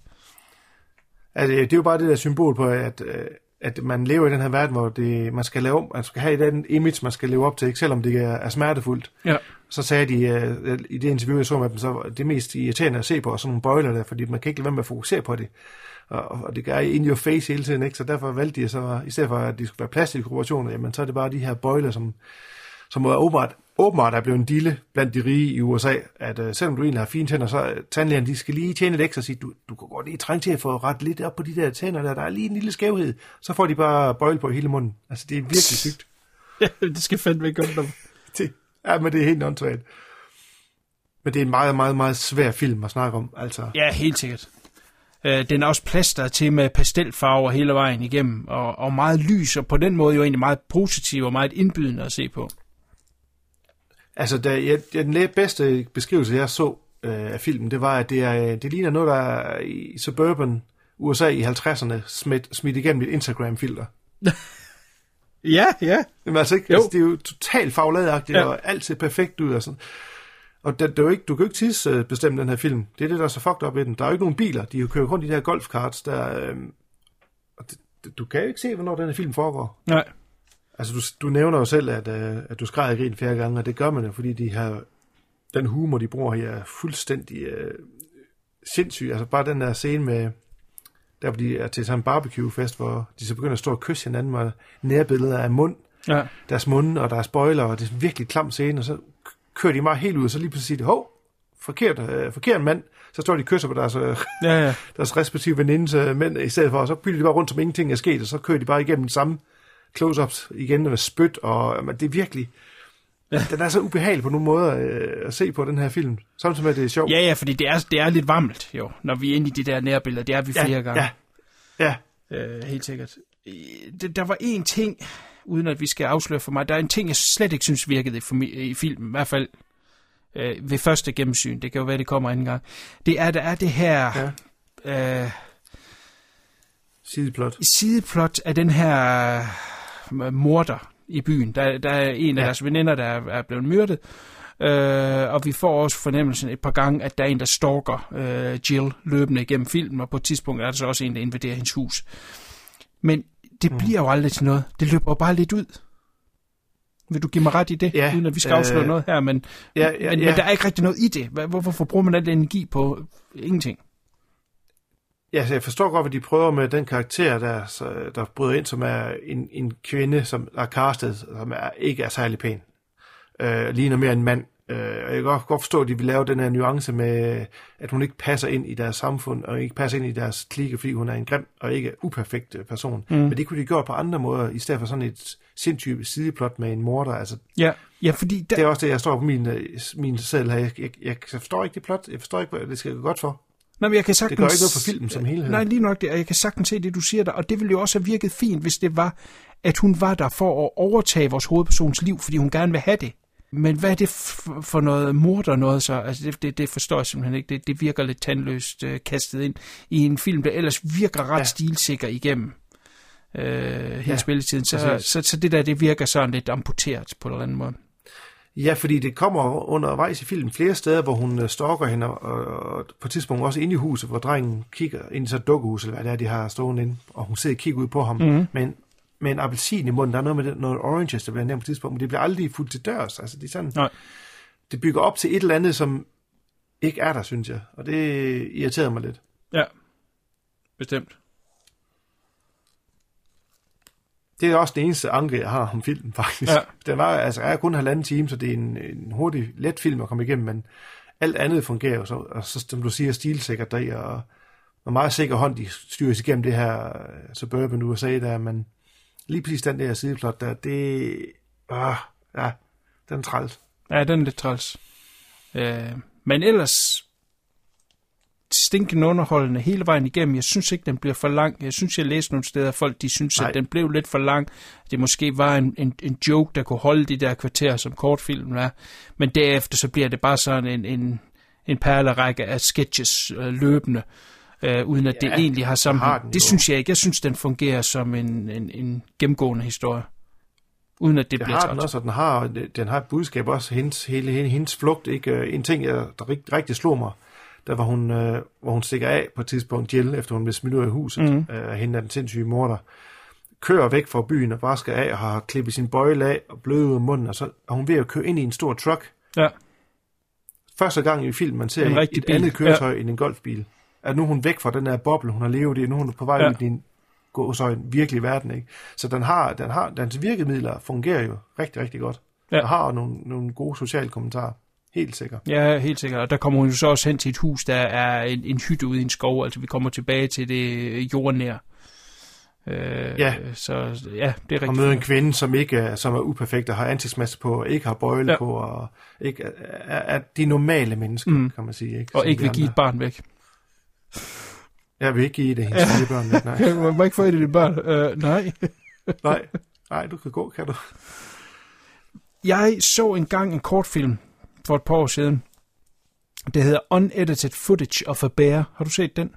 Altså, det er jo bare det der symbol på, at, at man lever i den her verden, hvor det, man skal lave om, man skal have den image, man skal leve op til, ikke? Selvom det er, er smertefuldt. Ja. Så sagde de uh, i det interview, jeg så med dem, så det mest irriterende at se på, og sådan nogle bøjler der, fordi man kan ikke lade være med at fokusere på det. Og, og det gør in your face hele tiden, ikke? Så derfor valgte de så, i stedet for at de skulle være plastikoperationer, jamen så er det bare de her bøjler, som, som er åbenbart, åbenbart er blevet en dille blandt de rige i U S A, at uh, selvom du egentlig har fine tænder, så tandlægerne, de skal lige tjene lidt ekstra og sige, du, du kan godt lige trænge til at få ret lidt op på de der tænder der, der er lige en lille skævhed, så får de bare bøjle på hele munden. Altså det er virkelig sygt. Ja, det skal fandme ikke gøre det. Ja, men det er helt åndssvagt. Men det er en meget, meget, meget svær film at snakke om, altså. Ja, helt sikkert. Øh, den er også plastret til med pastelfarver hele vejen igennem, og, og meget lys, og på den måde jo egentlig meget positiv og meget indbydende at se på. Altså, da jeg, den bedste beskrivelse, jeg så øh, af filmen, det var, at det, er, det ligner noget, der er i suburban U S A i halvtredserne smidt, smidt igennem et Instagram-filter. Ja, ja. Men altså ikke, altså, det er jo totalt fagladagtigt, ja. Og alt ser perfekt ud og sådan. Og det, det er jo ikke, du kan jo ikke tidsbestemme den her film. Det er det, der er så fucked up i den. Der er jo ikke nogen biler. De kører rundt i de her golfkarts, der... Øh, og det, du kan jo ikke se, hvornår den her film foregår. Nej. Altså, du, du nævner jo selv, at, øh, at du skræder grin flere gange, og det gør man jo, fordi de har... Den humor, de bruger her, er fuldstændig øh, sindssyg. Altså, bare den der scene med... Der hvor de er til sådan en barbecue-fest, hvor de så begynder at stå og kysse hinanden med nærbilleder af mund. Ja. Deres munde, og deres bøjler, og det er en virkelig klam scene, og så kører de meget helt ud, og så lige pludselig siger de, hov, forkert, øh, forkert mand. Så står de og kysser på deres, øh, ja, ja. deres respektive venindes øh, mænd i stedet for, og så bytter de bare rundt, som ingenting er sket, og så kører de bare igennem den samme close-ups igen med spyt, og men det er virkelig... Ja. Den er så ubehagelig på nogle måder øh, at se på den her film, samtidig med, at det er sjovt. Ja, ja, fordi det er, det er lidt varmt, jo, når vi er inde i de der nærbilleder. Det er vi flere ja, gange. Ja, ja. Øh, helt sikkert. Der var en ting, uden at vi skal afsløre for mig, der er en ting, jeg slet ikke synes virkede i, i filmen, i hvert fald øh, ved første gennemsyn. Det kan jo være, det kommer anden gang. Det er, der er det her... Ja. Øh, sideplot. Sideplot af den her øh, morder i byen. Der, der er en af ja. deres veninder, der er, er blevet myrdet, øh, og vi får også fornemmelsen et par gange, at der er en, der stalker øh, Jill løbende igennem filmen, og på et tidspunkt er der så også en, der invaderer hendes hus. Men det mm. bliver jo aldrig til noget. Det løber jo bare lidt ud. Vil du give mig ret i det, ja, uden at vi skal afsløre øh, noget her, men, ja, ja, men, ja. men der er ikke rigtig noget i det. Hvorfor bruger man al den energi på ingenting? Ja, så jeg forstår godt, hvad de prøver med den karakter, der, der bryder ind, som er en, en kvinde, som er castet, som er, ikke er særlig pæn. Øh, ligner mere en mand. Øh, og jeg kan godt, godt forstå, at de vil lave den her nuance med, at hun ikke passer ind i deres samfund, og ikke passer ind i deres klikke, fordi hun er en grim og ikke uperfekt person. Mm. Men det kunne de gøre på andre måder, i stedet for sådan et sindssygt sideplot med en morder. Altså, ja, ja, fordi... Der... Det er også det, jeg står på min, min seddel her. Jeg, jeg, jeg forstår ikke det plot. Jeg forstår ikke, hvad det skal gå godt for. Nej, men jeg kan sagtens... Det gør ikke noget for filmen som helhed. Nej, lige nok det, og jeg kan sagtens se det, du siger der, og det ville jo også have virket fint, hvis det var, at hun var der for at overtage vores hovedpersons liv, fordi hun gerne vil have det. Men hvad er det for noget morder noget så? Altså det, det, det forstår jeg simpelthen ikke. Det, det virker lidt tandløst øh, kastet ind i en film, der ellers virker ret ja. stilsikker igennem øh, hele ja, spilletiden. Så, så, så, så det der, det virker sådan lidt amputeret på en eller anden måde. Ja, fordi det kommer undervejs i filmen flere steder, hvor hun stalker hende, og, og på et tidspunkt også inde i huset, hvor drengen kigger ind i så et dukkehus, eller hvad det er, de har stående inde, og hun sidder og kigger ud på ham. Mm-hmm. Men med en appelsin i munden. Der er noget med det, noget oranges, der bliver nævnt på et tidspunkt, men det bliver aldrig fuldt til dørs. Altså, det er sådan, Nej. Det bygger op til et eller andet, som ikke er der, synes jeg. Og det irriterer mig lidt. Ja, bestemt. Det er også den eneste anke, jeg har om filmen, faktisk. Ja. Den var, altså, er kun halvanden time, så det er en, en hurtig, let film at komme igennem, men alt andet fungerer jo så, og så, som du siger, stilsikkert der, og, og meget sikker hånd, de styres igennem det her suburban U S A, der, men lige præcis den der sideplot der, det... Øh, ja, den er træls. Ja, den er lidt træls. Øh, men ellers stinkende underholdende hele vejen igennem. Jeg synes ikke, den bliver for lang. Jeg synes, jeg læste nogle steder, folk de synes, Nej. at den blev lidt for lang. Det måske var en, en, en joke, der kunne holde de der kvarterer, som kortfilmen er. Men derefter så bliver det bare sådan en, en, en perlerække af sketches øh, løbende. Uh, uden at ja, det egentlig har sammenhæng. Det synes jeg ikke. Jeg synes, den fungerer som en, en, en gennemgående historie. Uden at det, det bliver træt. Den også, den har, den har et budskab også. Hendes, hele hendes flugt. Ikke? En ting, jeg, der rigtig, rigtig slog mig, der var hun, uh, hvor hun stikker af på et tidspunkt Jill, efter hun blev smidt ud af huset. Mm. Uh, hende er den sindssyge morder. Kører væk fra byen og bare skal af og har klippet sin bøjle af og bløder ud af munden. Og så er hun ved at køre ind i en stor truck. Ja. Første gang i filmen, man ser et bil. andet køretøj ja. end en golfbil. At nu er hun væk fra den her boble, hun har levet i, nu er hun på vej ja. ud i din gåsøjne virkelig verden, ikke? Så den har, den har, dens virkemidler fungerer jo rigtig, rigtig godt. Ja. Der har nogle, nogle gode sociale kommentarer. Helt sikkert. Ja, helt sikkert. Og der kommer hun jo så også hen til et hus, der er en, en hytte ude i en skov, altså vi kommer tilbage til det jordnære. Øh, ja. Så ja, det er rigtigt. Og møder en kvinde, som ikke er, som er uperfekt, og har ansigtsmaske på, og ikke har bøjle ja. på, og ikke er, er de normale mennesker, mm. kan man sige. Ikke? Og ikke vil give et barn væk. Jeg vil ikke give det hendes ja. børn væk, nej. Jeg må ikke få et af dine børn. Uh, nej. nej. Nej, du kan gå, kan du. Jeg så engang en kortfilm for et par år siden. Det hedder Unedited Footage of a Bear. Har du set den?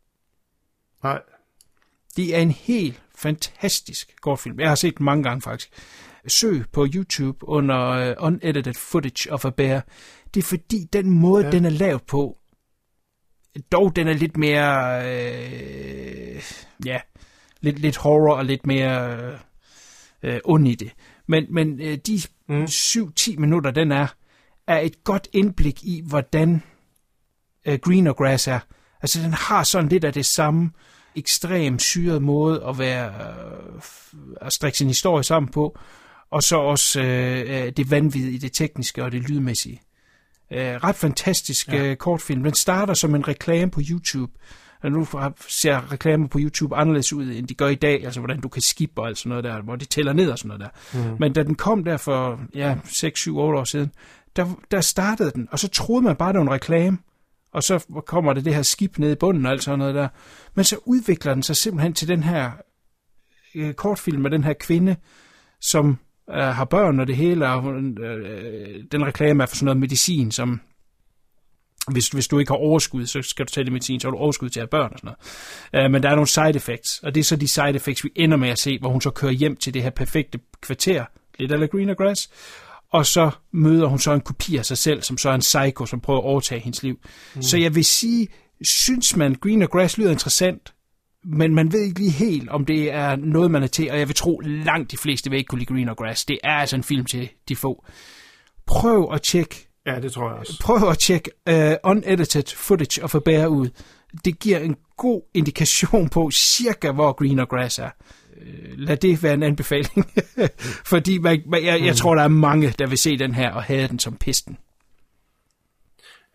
Nej. Det er en helt fantastisk kortfilm. Jeg har set den mange gange faktisk. Søg på YouTube under uh, Unedited Footage of a Bear. Det er fordi den måde, ja. den er lavet på, dog den er lidt mere, øh, ja, lidt, lidt horror og lidt mere øh, ond i det. Men, men øh, de mm. syv til ti minutter, den er, er et godt indblik i, hvordan øh, Greener Grass er. Altså den har sådan lidt af det samme ekstrem syret måde at være, øh, at strikke sin historie sammen på, og så også øh, det vanvittige i det tekniske og det lydmæssige. Uh, ret fantastisk ja. uh, kortfilm. Den starter som en reklame på YouTube. Og nu ser reklamer på YouTube anderledes ud, end de gør i dag. Altså, hvordan du kan skippe og alt sådan noget der, hvor det tæller ned og sådan noget der. Mm. Men da den kom der for, ja, seks, syv, otte år siden, der, der startede den, og så troede man bare, det var en reklame. Og så kommer det det her skib ned i bunden og alt sådan noget der. Men så udvikler den sig simpelthen til den her uh, kortfilm med den her kvinde, som Uh, har børn og det hele, og uh, den reklame er for sådan noget medicin, som hvis, hvis du ikke har overskud, så skal du tage det medicin, så har du overskud til at have børn og sådan noget. Uh, men der er nogle side effects, og det er så de side effects, vi ender med at se, hvor hun så kører hjem til det her perfekte kvarter, lidt af Greener Grass, og så møder hun så en kopi af sig selv, som så er en psycho, som prøver at overtage hendes liv. Mm. Så jeg vil sige, synes man, Greener Grass lyder interessant, men man ved ikke lige helt, om det er noget, man er til, og jeg vil tro, langt de fleste vil ikke kunne lide Greener Grass. Det er altså en film til de få. Prøv at tjekke. Ja, det tror jeg også. Prøv at tjekke uh, Unedited Footage of a Bear ud. Det giver en god indikation på cirka, hvor Greener Grass er. Uh, lad det være en anbefaling. Fordi man, man, jeg, jeg tror, der er mange, der vil se den her og have den som pisten.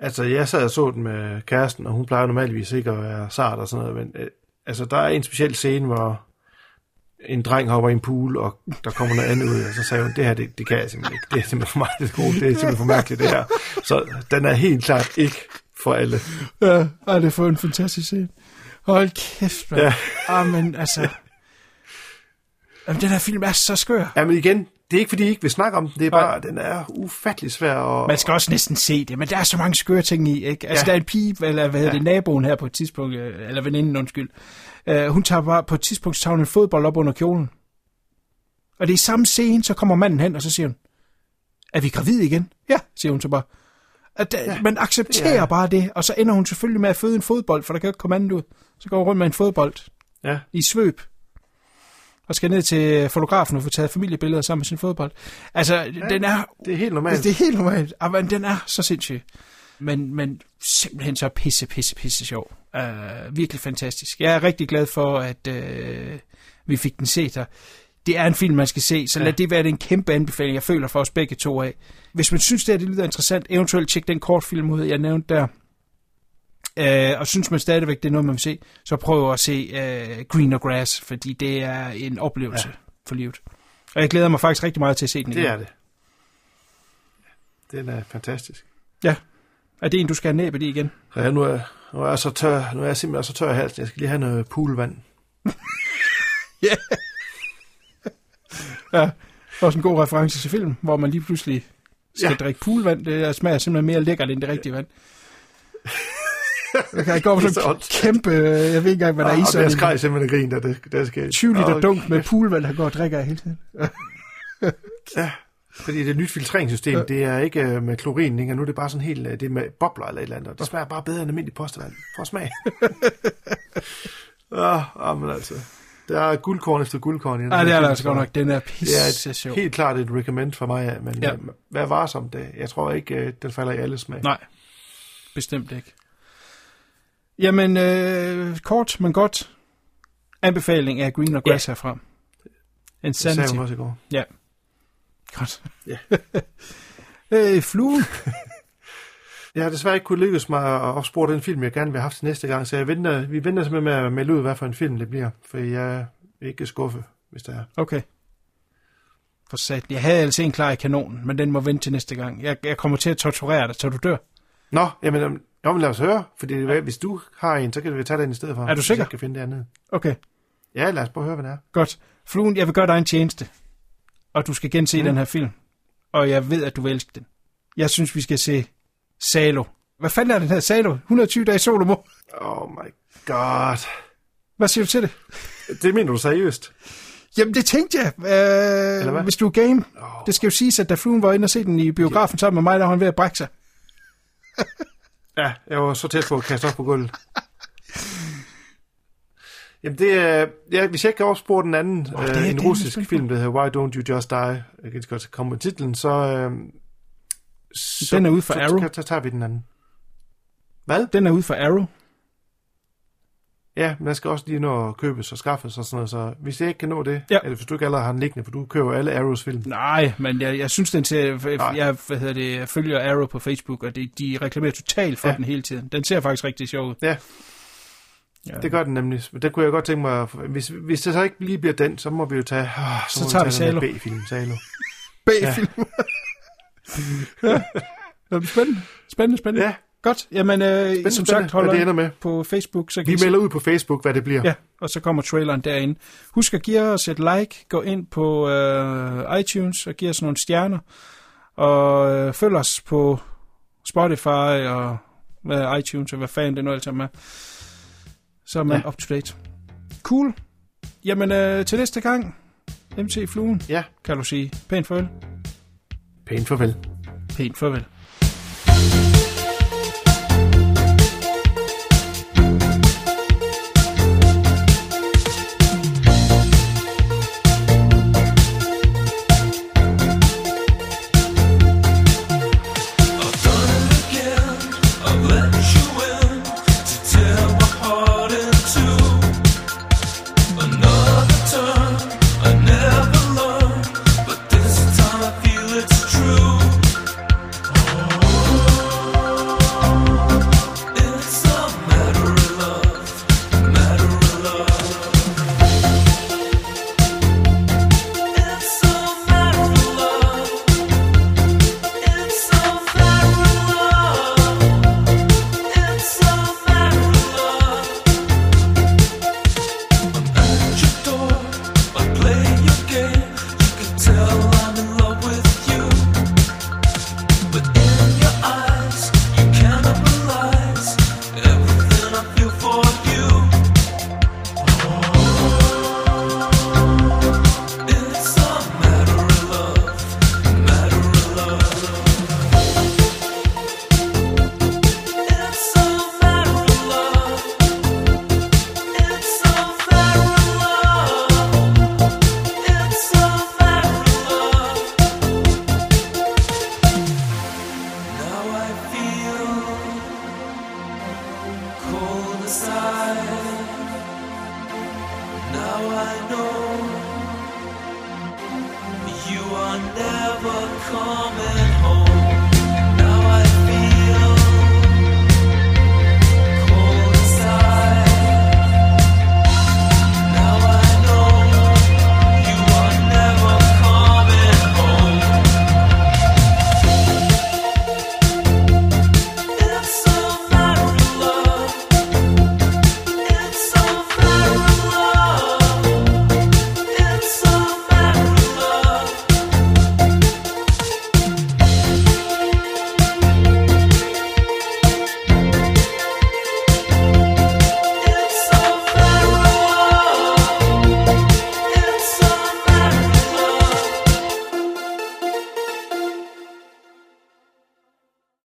Altså, jeg sad og så den med kæresten, og hun plejer normalvis ikke at være sart og sådan noget, men øh, altså, der er en speciel scene, hvor en dreng hopper i en pool, og der kommer noget andet ud, og så sagde hun, det her, det, det kan jeg simpelthen ikke. Det er simpelthen for mig, det er gode. Det er simpelthen for mærkeligt, det her. Så den er helt klart ikke for alle. Ja, ej, det er en fantastisk scene. Hold kæft, man. Ja. Ah, men altså... Jamen, den her film er så skør. Ja, men igen, det er ikke, fordi I ikke vil snakke om den. Det er bare, den er ufattelig svær. Og... Man skal også næsten se det, men der er så mange skøre ting i, ikke? Altså, ja. Der er en pige, eller hvad hedder ja. det, naboen her på et tidspunkt, eller veninden, undskyld. Uh, hun tager bare på et tidspunkt, så tager hun en fodbold op under kjolen. Og det er i samme scene, så kommer manden hen, og så siger hun, er vi gravide igen? Ja, siger hun så bare. At, ja. Man accepterer ja. bare det, og så ender hun selvfølgelig med at føde en fodbold, for der kan jo ikke komme andet ud. Så går hun rundt med en fodbold ja. i svøb. Og skal ned til fotografen og få taget familiebilleder sammen med sin fodbold. Altså, ja, den er... Det er helt normalt. Det er helt normalt. Men den er så sindssyg. Men, men simpelthen så pisse, pisse, pisse sjov. Uh, virkelig fantastisk. Jeg er rigtig glad for, at uh, vi fik den set her. Det er en film, man skal se, så lad ja. det være en kæmpe anbefaling, jeg føler for os begge to af. Hvis man synes, det, er, det lyder interessant, eventuelt tjek den kortfilm ud, jeg nævnte der. Uh, og synes man stadigvæk, det er noget, man vil se, så prøv at se uh, Greener Grass, fordi det er en oplevelse ja. for livet. Og jeg glæder mig faktisk rigtig meget til at se den igen. Det er det. Den er fantastisk. Ja. Er det en, du skal have næbet i igen? Ja, nu er, nu er jeg så tør, nu er jeg simpelthen så tør i halsen. Jeg skal lige have noget poolvand. Ja. Ja, også en god reference til film, hvor man lige pludselig skal ja. drikke poolvand. Det smager simpelthen mere lækkert end det rigtige vand. Jeg kan gå på sådan en kæmpe, jeg ved ikke engang, hvad der er i sådan. Jeg skreg simpelthen grin, der det, det skal... tyve liter oh, dunk med poolvand, han går og drikker af hele tiden. Ja, fordi det er et nyt filtreringssystem, ja. Det er ikke med klorin, ikke? Nu er det bare sådan helt, det er med bobler eller et eller andet. Det smager bare bedre end almindelig postevand. For smag. Ja, oh, men altså... Der er guldkorn efter guldkorn i den. Nej, det er der altså godt nok. Den er pisse sjov. Det er helt klart et recommend for mig, men ja. Hvad var som det? Jeg tror ikke, den falder i alle smag. Nej, bestemt ikke. Jamen, øh, kort, men godt. Anbefaling af Greener Grass ja. herfra. Insanity. Det sagde hun også i går. Ja. Godt. Ja. øh, flue. Jeg har desværre ikke kunne lykkes mig at opspore den film, jeg gerne vil have haft til næste gang, så jeg venter, vi venter simpelthen med at melde ud, hvad for en film det bliver, for jeg vil ikke skuffe, hvis det er. Okay. For sat. Jeg havde altså en klar i kanonen, men den må vente til næste gang. Jeg, jeg kommer til at torturere dig, så du dør. Nå, jamen, nå, men lad os høre, fordi hvis du har en, så kan vi tage den i stedet for. Er du sikker? Jeg kan finde det andet. Okay. Ja, lad os bare høre, hvad det er. Godt. Fluen, jeg vil gøre dig en tjeneste, og du skal gense mm. den her film, og jeg ved, at du vil elske den. Jeg synes, vi skal se Salo. Hvad fanden er den her Salo? et hundrede og tyve dage sol og mor. Oh my god. Hvad siger du til det? Det mener du seriøst? Jamen, det tænkte jeg. Øh, hvis du er game. Oh. Det skal jo siges, at da Fluen var inde og se den i biografen sammen med mig, der var han ved at brække sig. Ja, jeg var så tæt på at kaste op på gulvet. Jamen, det er... Ja, hvis jeg ikke kan opspore den anden, oh, øh, en russisk film, der hedder Why Don't You Just Die, jeg kan godt komme med titlen, så... Øh, Så, den er ude for så, Arrow. Så, så tager vi den anden. Hvad? Den er ude for Arrow. Ja, men jeg skal også lige nå at købes og skaffes og sådan noget, så hvis jeg ikke kan nå det, ja. eller hvis du ikke allerede har den liggende, for du køber alle Arrows film. Nej, men jeg, jeg synes den ser, jeg, hvad hedder det, jeg følger Arrow på Facebook, og det, de reklamerer totalt for ja. den hele tiden. Den ser faktisk rigtig sjov ud. Ja. Ja, det gør den nemlig. Men det kunne jeg godt tænke mig, hvis, hvis det så ikke lige bliver den, så må vi jo tage, oh, så, så må tager vi tage vi Salo. B-film, Salo. B-film. Ja. Ja. Spændende, spændende, spændende. Ja. Godt, jamen øh, spændende, som sagt holder det ender med. På Facebook. Så vi melder ud på Facebook, hvad det bliver. Ja, og så kommer traileren derinde. Husk at give os et like, gå ind på øh, iTunes og give os nogle stjerner, og øh, følg os på Spotify og hvad, iTunes og hvad fanden det nu alt sammen er. Så er man ja. up to date. Cool. Jamen øh, til næste gang, M C Fluen, ja. kan du sige pænt farvel. Pænt farvel. Pænt farvel. True. never coming home.